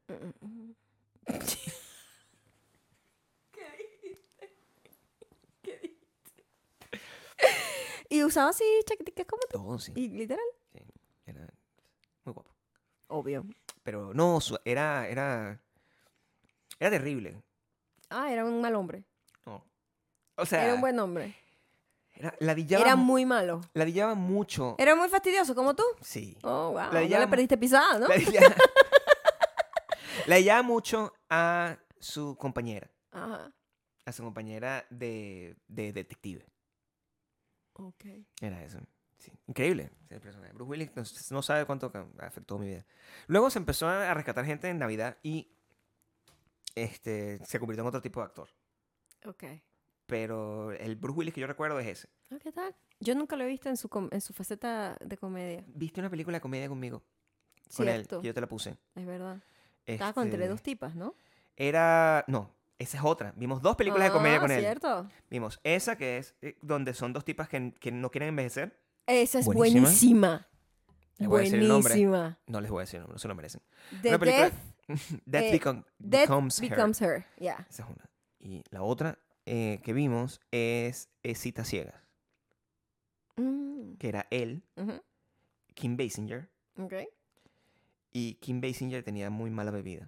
Y usaba así chaqueticas como tú. Todo, sí. Y literal. Sí, era muy guapo. Obvio. Pero no, su- era, era, era terrible. Ah, era un mal hombre. No. O sea, Era un buen hombre. era, ladillaba, Era mu- muy malo. ladillaba mucho. Era muy fastidioso, como tú. Sí. Oh, wow. La No llamo- le perdiste pisada, ¿no? Ladillaba, ladillaba mucho a su compañera. Ajá. A su compañera de, de detective. Ok. Era eso. Sí. Increíble ese personaje. Bruce Willis no, no sabe cuánto ca- afectó mi vida. Luego se empezó a rescatar gente en Navidad y este, se convirtió en otro tipo de actor. Ok. Pero el Bruce Willis que yo recuerdo es ese. Ah, ¿qué tal? Yo nunca lo he visto en su, com- en su faceta de comedia. ¿Viste una película de comedia conmigo? Con él. Cierto. Que yo te la puse. Es verdad. Estaba con Este, entre dos tipas, ¿no? Era... No, esa es otra. Vimos dos películas de comedia Ah, con él. ¿cierto? Vimos esa que es eh, donde son dos tipas que, que no quieren envejecer. Esa es Buenísima. buenísima. Les voy a decir el nombre. Buenísima. No les voy a decir, no se lo merecen. The Una película- Death, Death, eh, Become- Death Becomes, Her. Becomes Her. Yeah. Esa es una. Y la otra eh, que vimos es, es Citas Ciegas. Mm, Que era él, ujú, Kim Basinger. ok. Y Kim Basinger tenía muy mala bebida.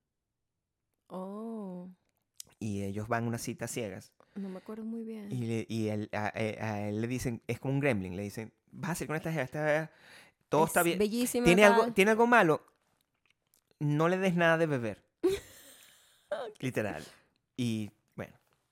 Oh, Y ellos van a una cita ciegas. no me acuerdo muy bien. Y, le- y él- a, a- a él le dicen, es como un gremlin, le dicen, vas a salir con esta jeva, esta jeva, todo Es está bien. Bellísima. ¿Tiene tal. algo, ¿Tiene algo malo? No le des nada de beber. Literal. Y bueno,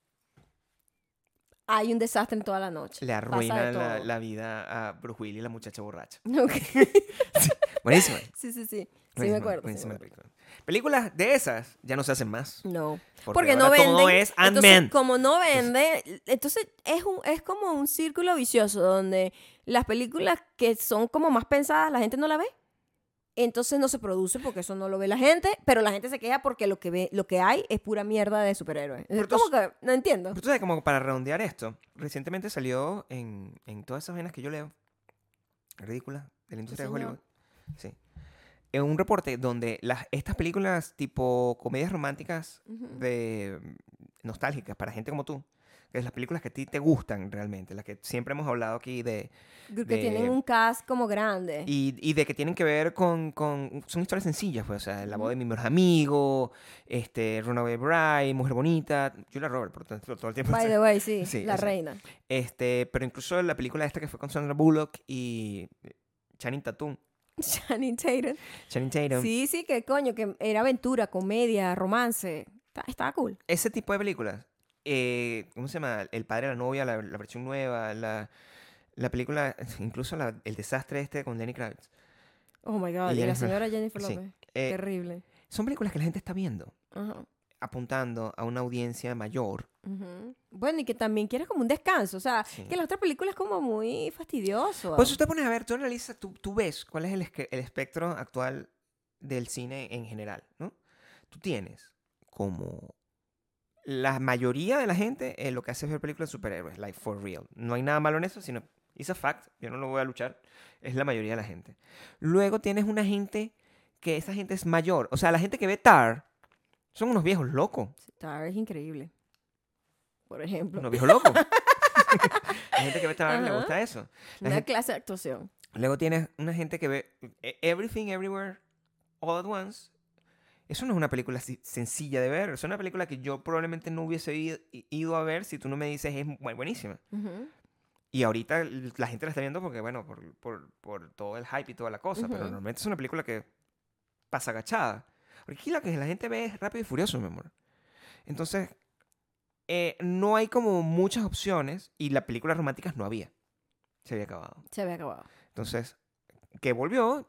Hay un desastre en toda la noche. le Pasa arruina de la, todo. la vida a Bruce Willis, la muchacha borracha. Ok. Buenísima. Sí, sí, sí. Sí, me buenísima, acuerdo. sí me buenísima acuerdo. película. Películas de esas ya no se hacen más. No. Porque, Porque no ahora venden. todo es Entonces, Ant-Man. como no vende, entonces es, un, es como un círculo vicioso donde las películas que son como más pensadas, la gente no la ve. Entonces no se produce porque eso no lo ve la gente, pero la gente se queja porque lo que ve, lo que hay es pura mierda de superhéroes. Es Pero como tú- que no entiendo. Pero tú sabes, como para redondear esto, recientemente salió en, en todas esas vainas que yo leo, ridículas, de la industria de señor. Hollywood. Sí. En un reporte donde las, estas películas tipo comedias románticas Ujú. de nostálgicas para gente como tú, que es las películas que a ti te gustan realmente, las que siempre hemos hablado aquí de... Que de- tienen un cast como grande. Y, y de que tienen que ver con, con... Son historias sencillas, pues, o sea, La boda de mi mejor amigo, este, Runaway Bride, Mujer Bonita, Julia Roberts, por todo, todo el tiempo. By the way, sí, Sí, la exacto. reina. Este, pero incluso la película esta que fue con Sandra Bullock y Channing Tatum. Channing Tatum. Channing Tatum. Sí, sí, que coño, que era aventura, comedia, romance. Está- Estaba cool. Ese tipo de películas. eh, ¿Cómo se llama? El padre de la novia, la, la versión nueva, la, la película, incluso la- el desastre este con Lenny Kravitz. Oh my God. Y Y la Jennifer- señora Jennifer sí. Lopez. Eh, Terrible. son películas que la gente está viendo, Ajá. apuntando a una audiencia mayor. Ujú. Bueno, y que también quieres como un descanso. O sea, Sí. que la otra película es como muy fastidioso. Pues si usted pones a ver, tú analizas, tú, tú ves cuál es el, esque- el espectro actual del cine en general, ¿no? Tú tienes como la mayoría de la gente eh, lo que hace es ver películas de superhéroes, like for real. No hay nada malo en eso, sino it's a fact, yo no lo voy a luchar, es la mayoría de la gente. Luego tienes una gente que esa gente es mayor, o sea, la gente que ve Tar son unos viejos locos, Tar es increíble. Por ejemplo. unos viejos locos. La gente que ve Tar le Ajá. gusta eso. La Una gente- clase de actuación. Luego tienes una gente que ve eh, Everything Everywhere All at Once. Eso no es una película si- sencilla de ver. Es una película que yo probablemente no hubiese ido, ido a ver si tú no me dices es bu- buenísima. Ujú. Y ahorita l- la gente la está viendo porque, bueno, por, por, por todo el hype y toda la cosa. Pero Ujú. normalmente es una película que pasa agachada. Porque aquí lo que la gente ve es Rápido y Furioso, mi amor. Entonces, eh, no hay como muchas opciones y las películas románticas no había. Se había acabado. Se había acabado. Entonces, que volvió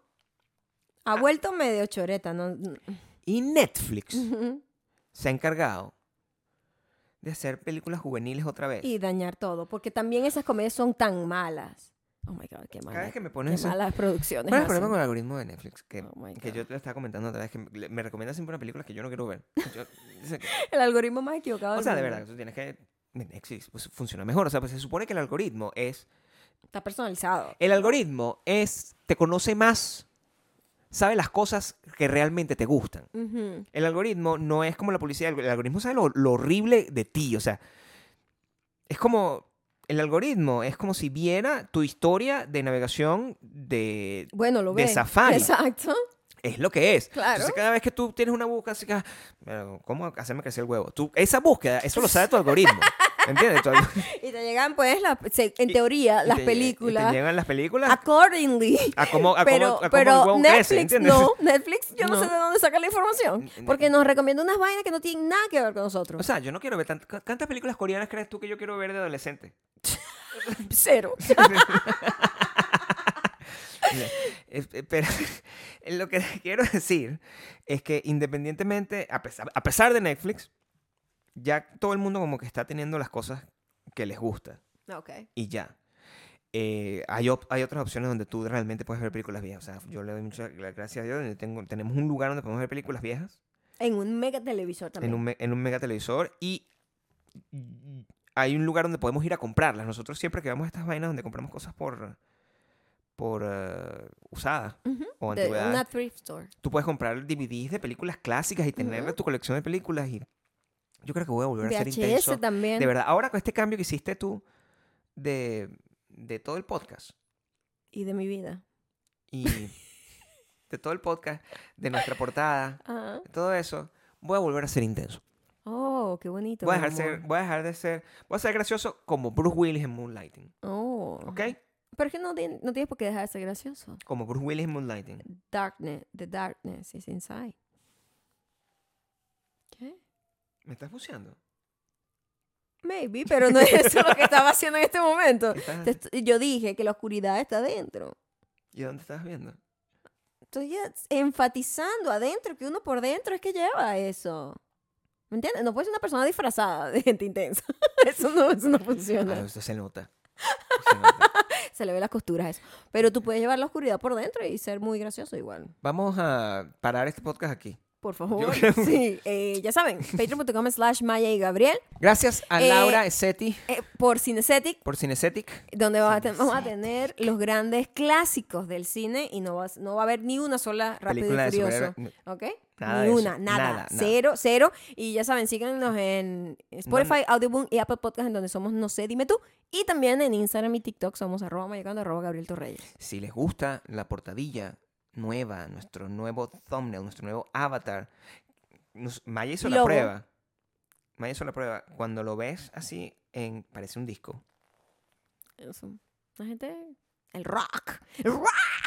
Ha vuelto medio choreta, ¿no? y Netflix Ujú. se ha encargado de hacer películas juveniles otra vez. Y dañar todo. Porque también esas comedias son tan malas. Oh my God, qué Cada malas. vez que me Qué pones eso... malas producciones. ¿Cuál es el problema hacen. con el algoritmo de Netflix? Que, Oh my que God. yo te estaba comentando otra vez, que me, me recomienda siempre una película que yo no quiero ver. Yo- dice que- El algoritmo más equivocado o del sea, de mundo. verdad, tú tienes que... Netflix pues, funciona mejor. O sea, pues se supone que el algoritmo es Está personalizado. El algoritmo es, te conoce más, sabe las cosas que realmente te gustan. Ujú. El algoritmo no es como la publicidad, el algoritmo sabe lo, lo horrible de ti, o sea, es como, el algoritmo es como si viera tu historia de navegación de, Bueno, lo de ve. Safari. Exacto. Es lo que es. Claro. Entonces, cada vez que tú tienes una búsqueda, así que, pero, ¿cómo hacerme crecer el huevo? Tú, esa búsqueda, eso lo sabe tu algoritmo. ¿Entiendes? Tu alg- Y te llegan, pues, la- se- en Y- teoría, y las te- y películas te llegan las películas accordingly. a cómo, a cómo- Pero, a cómo el pero huevo crece, Netflix ¿entiendes? no. Netflix, yo no. No. sé de dónde saca la información. Porque nos recomienda unas vainas que no tienen nada que ver con O nosotros. sea, yo no quiero ver tantas... ¿Cuántas películas coreanas crees tú que yo quiero ver de adolescente? Cero. Es- eh, Pero lo que quiero decir es que independientemente, a pesar, a pesar de Netflix, ya todo el mundo como que está teniendo las cosas que les gusta Ok. y ya. Eh, hay, op- hay otras opciones donde tú realmente puedes ver películas viejas. O sea, yo le doy muchas gra- gracias a Dios. donde Tengo, tenemos un lugar donde podemos ver películas viejas En un mega televisor también. en un, me- en un mega televisor y hay un lugar donde podemos ir a comprarlas. Nosotros siempre que vamos a estas vainas donde compramos cosas por, por eh, usadas Ujú. o De antigüedades. una thrift store. Tú puedes comprar D V Ds de películas clásicas y tener Ujú. tu colección de películas y yo creo que voy a volver a ser V H intenso. S también. De verdad, ahora con este cambio que hiciste tú de, de todo el podcast Y de mi vida. y de todo el podcast, de nuestra portada, Ajá. de todo eso, voy a volver a ser intenso. Oh, qué bonito. Voy a, mi dejar ser, amor. voy a dejar de ser, voy a ser gracioso como Bruce Willis en Moonlighting, Oh. ¿ok? Pero es que no, tien- no tienes por qué dejar de ser gracioso. Como Bruce Willis en Moonlighting. Darkness, the darkness is inside. ¿Qué? ¿Me estás buceando? Maybe, pero no es eso lo que estaba haciendo en este momento. ¿Qué estás- Te est- Yo dije que la oscuridad está adentro. ¿Y dónde estás viendo? Estoy ya enfatizando adentro, que uno por dentro es que lleva eso. ¿Me entiendes? No puedes ser una persona disfrazada de gente intensa. Eso no, eso no Ah, funciona. eso se nota. Se nota. Se le ve las costuras eso. Pero tú puedes llevar la oscuridad por dentro y ser muy gracioso igual. Vamos a parar este podcast aquí. Por favor. Yo creo- Sí, eh, ya saben, patreon.com slash Maya y Gabriel. Gracias a Eh, Laura Esetti eh, por Cinecetic, por Cinecetic. donde va a ten- vamos a tener los grandes clásicos del cine y no va, a- no va a haber ni una sola Rápido Película y de Furioso. superhéroes. ¿Ok? Nada ni de una, eso. nada, Nada, nada. Cero, cero. Y ya saben, síganos en Spotify, Audioboom y Apple Podcast, en donde somos No sé, dime tú. Y también en Instagram y TikTok somos arroba mayacando, arroba Gabriel Torreyes. Si les gusta la portadilla nueva, nuestro nuevo thumbnail, nuestro nuevo avatar, nos- Maya hizo la Logo. prueba. Maya hizo la prueba. Cuando lo ves así, en, parece un disco. Eso. La gente... El rock. El rock.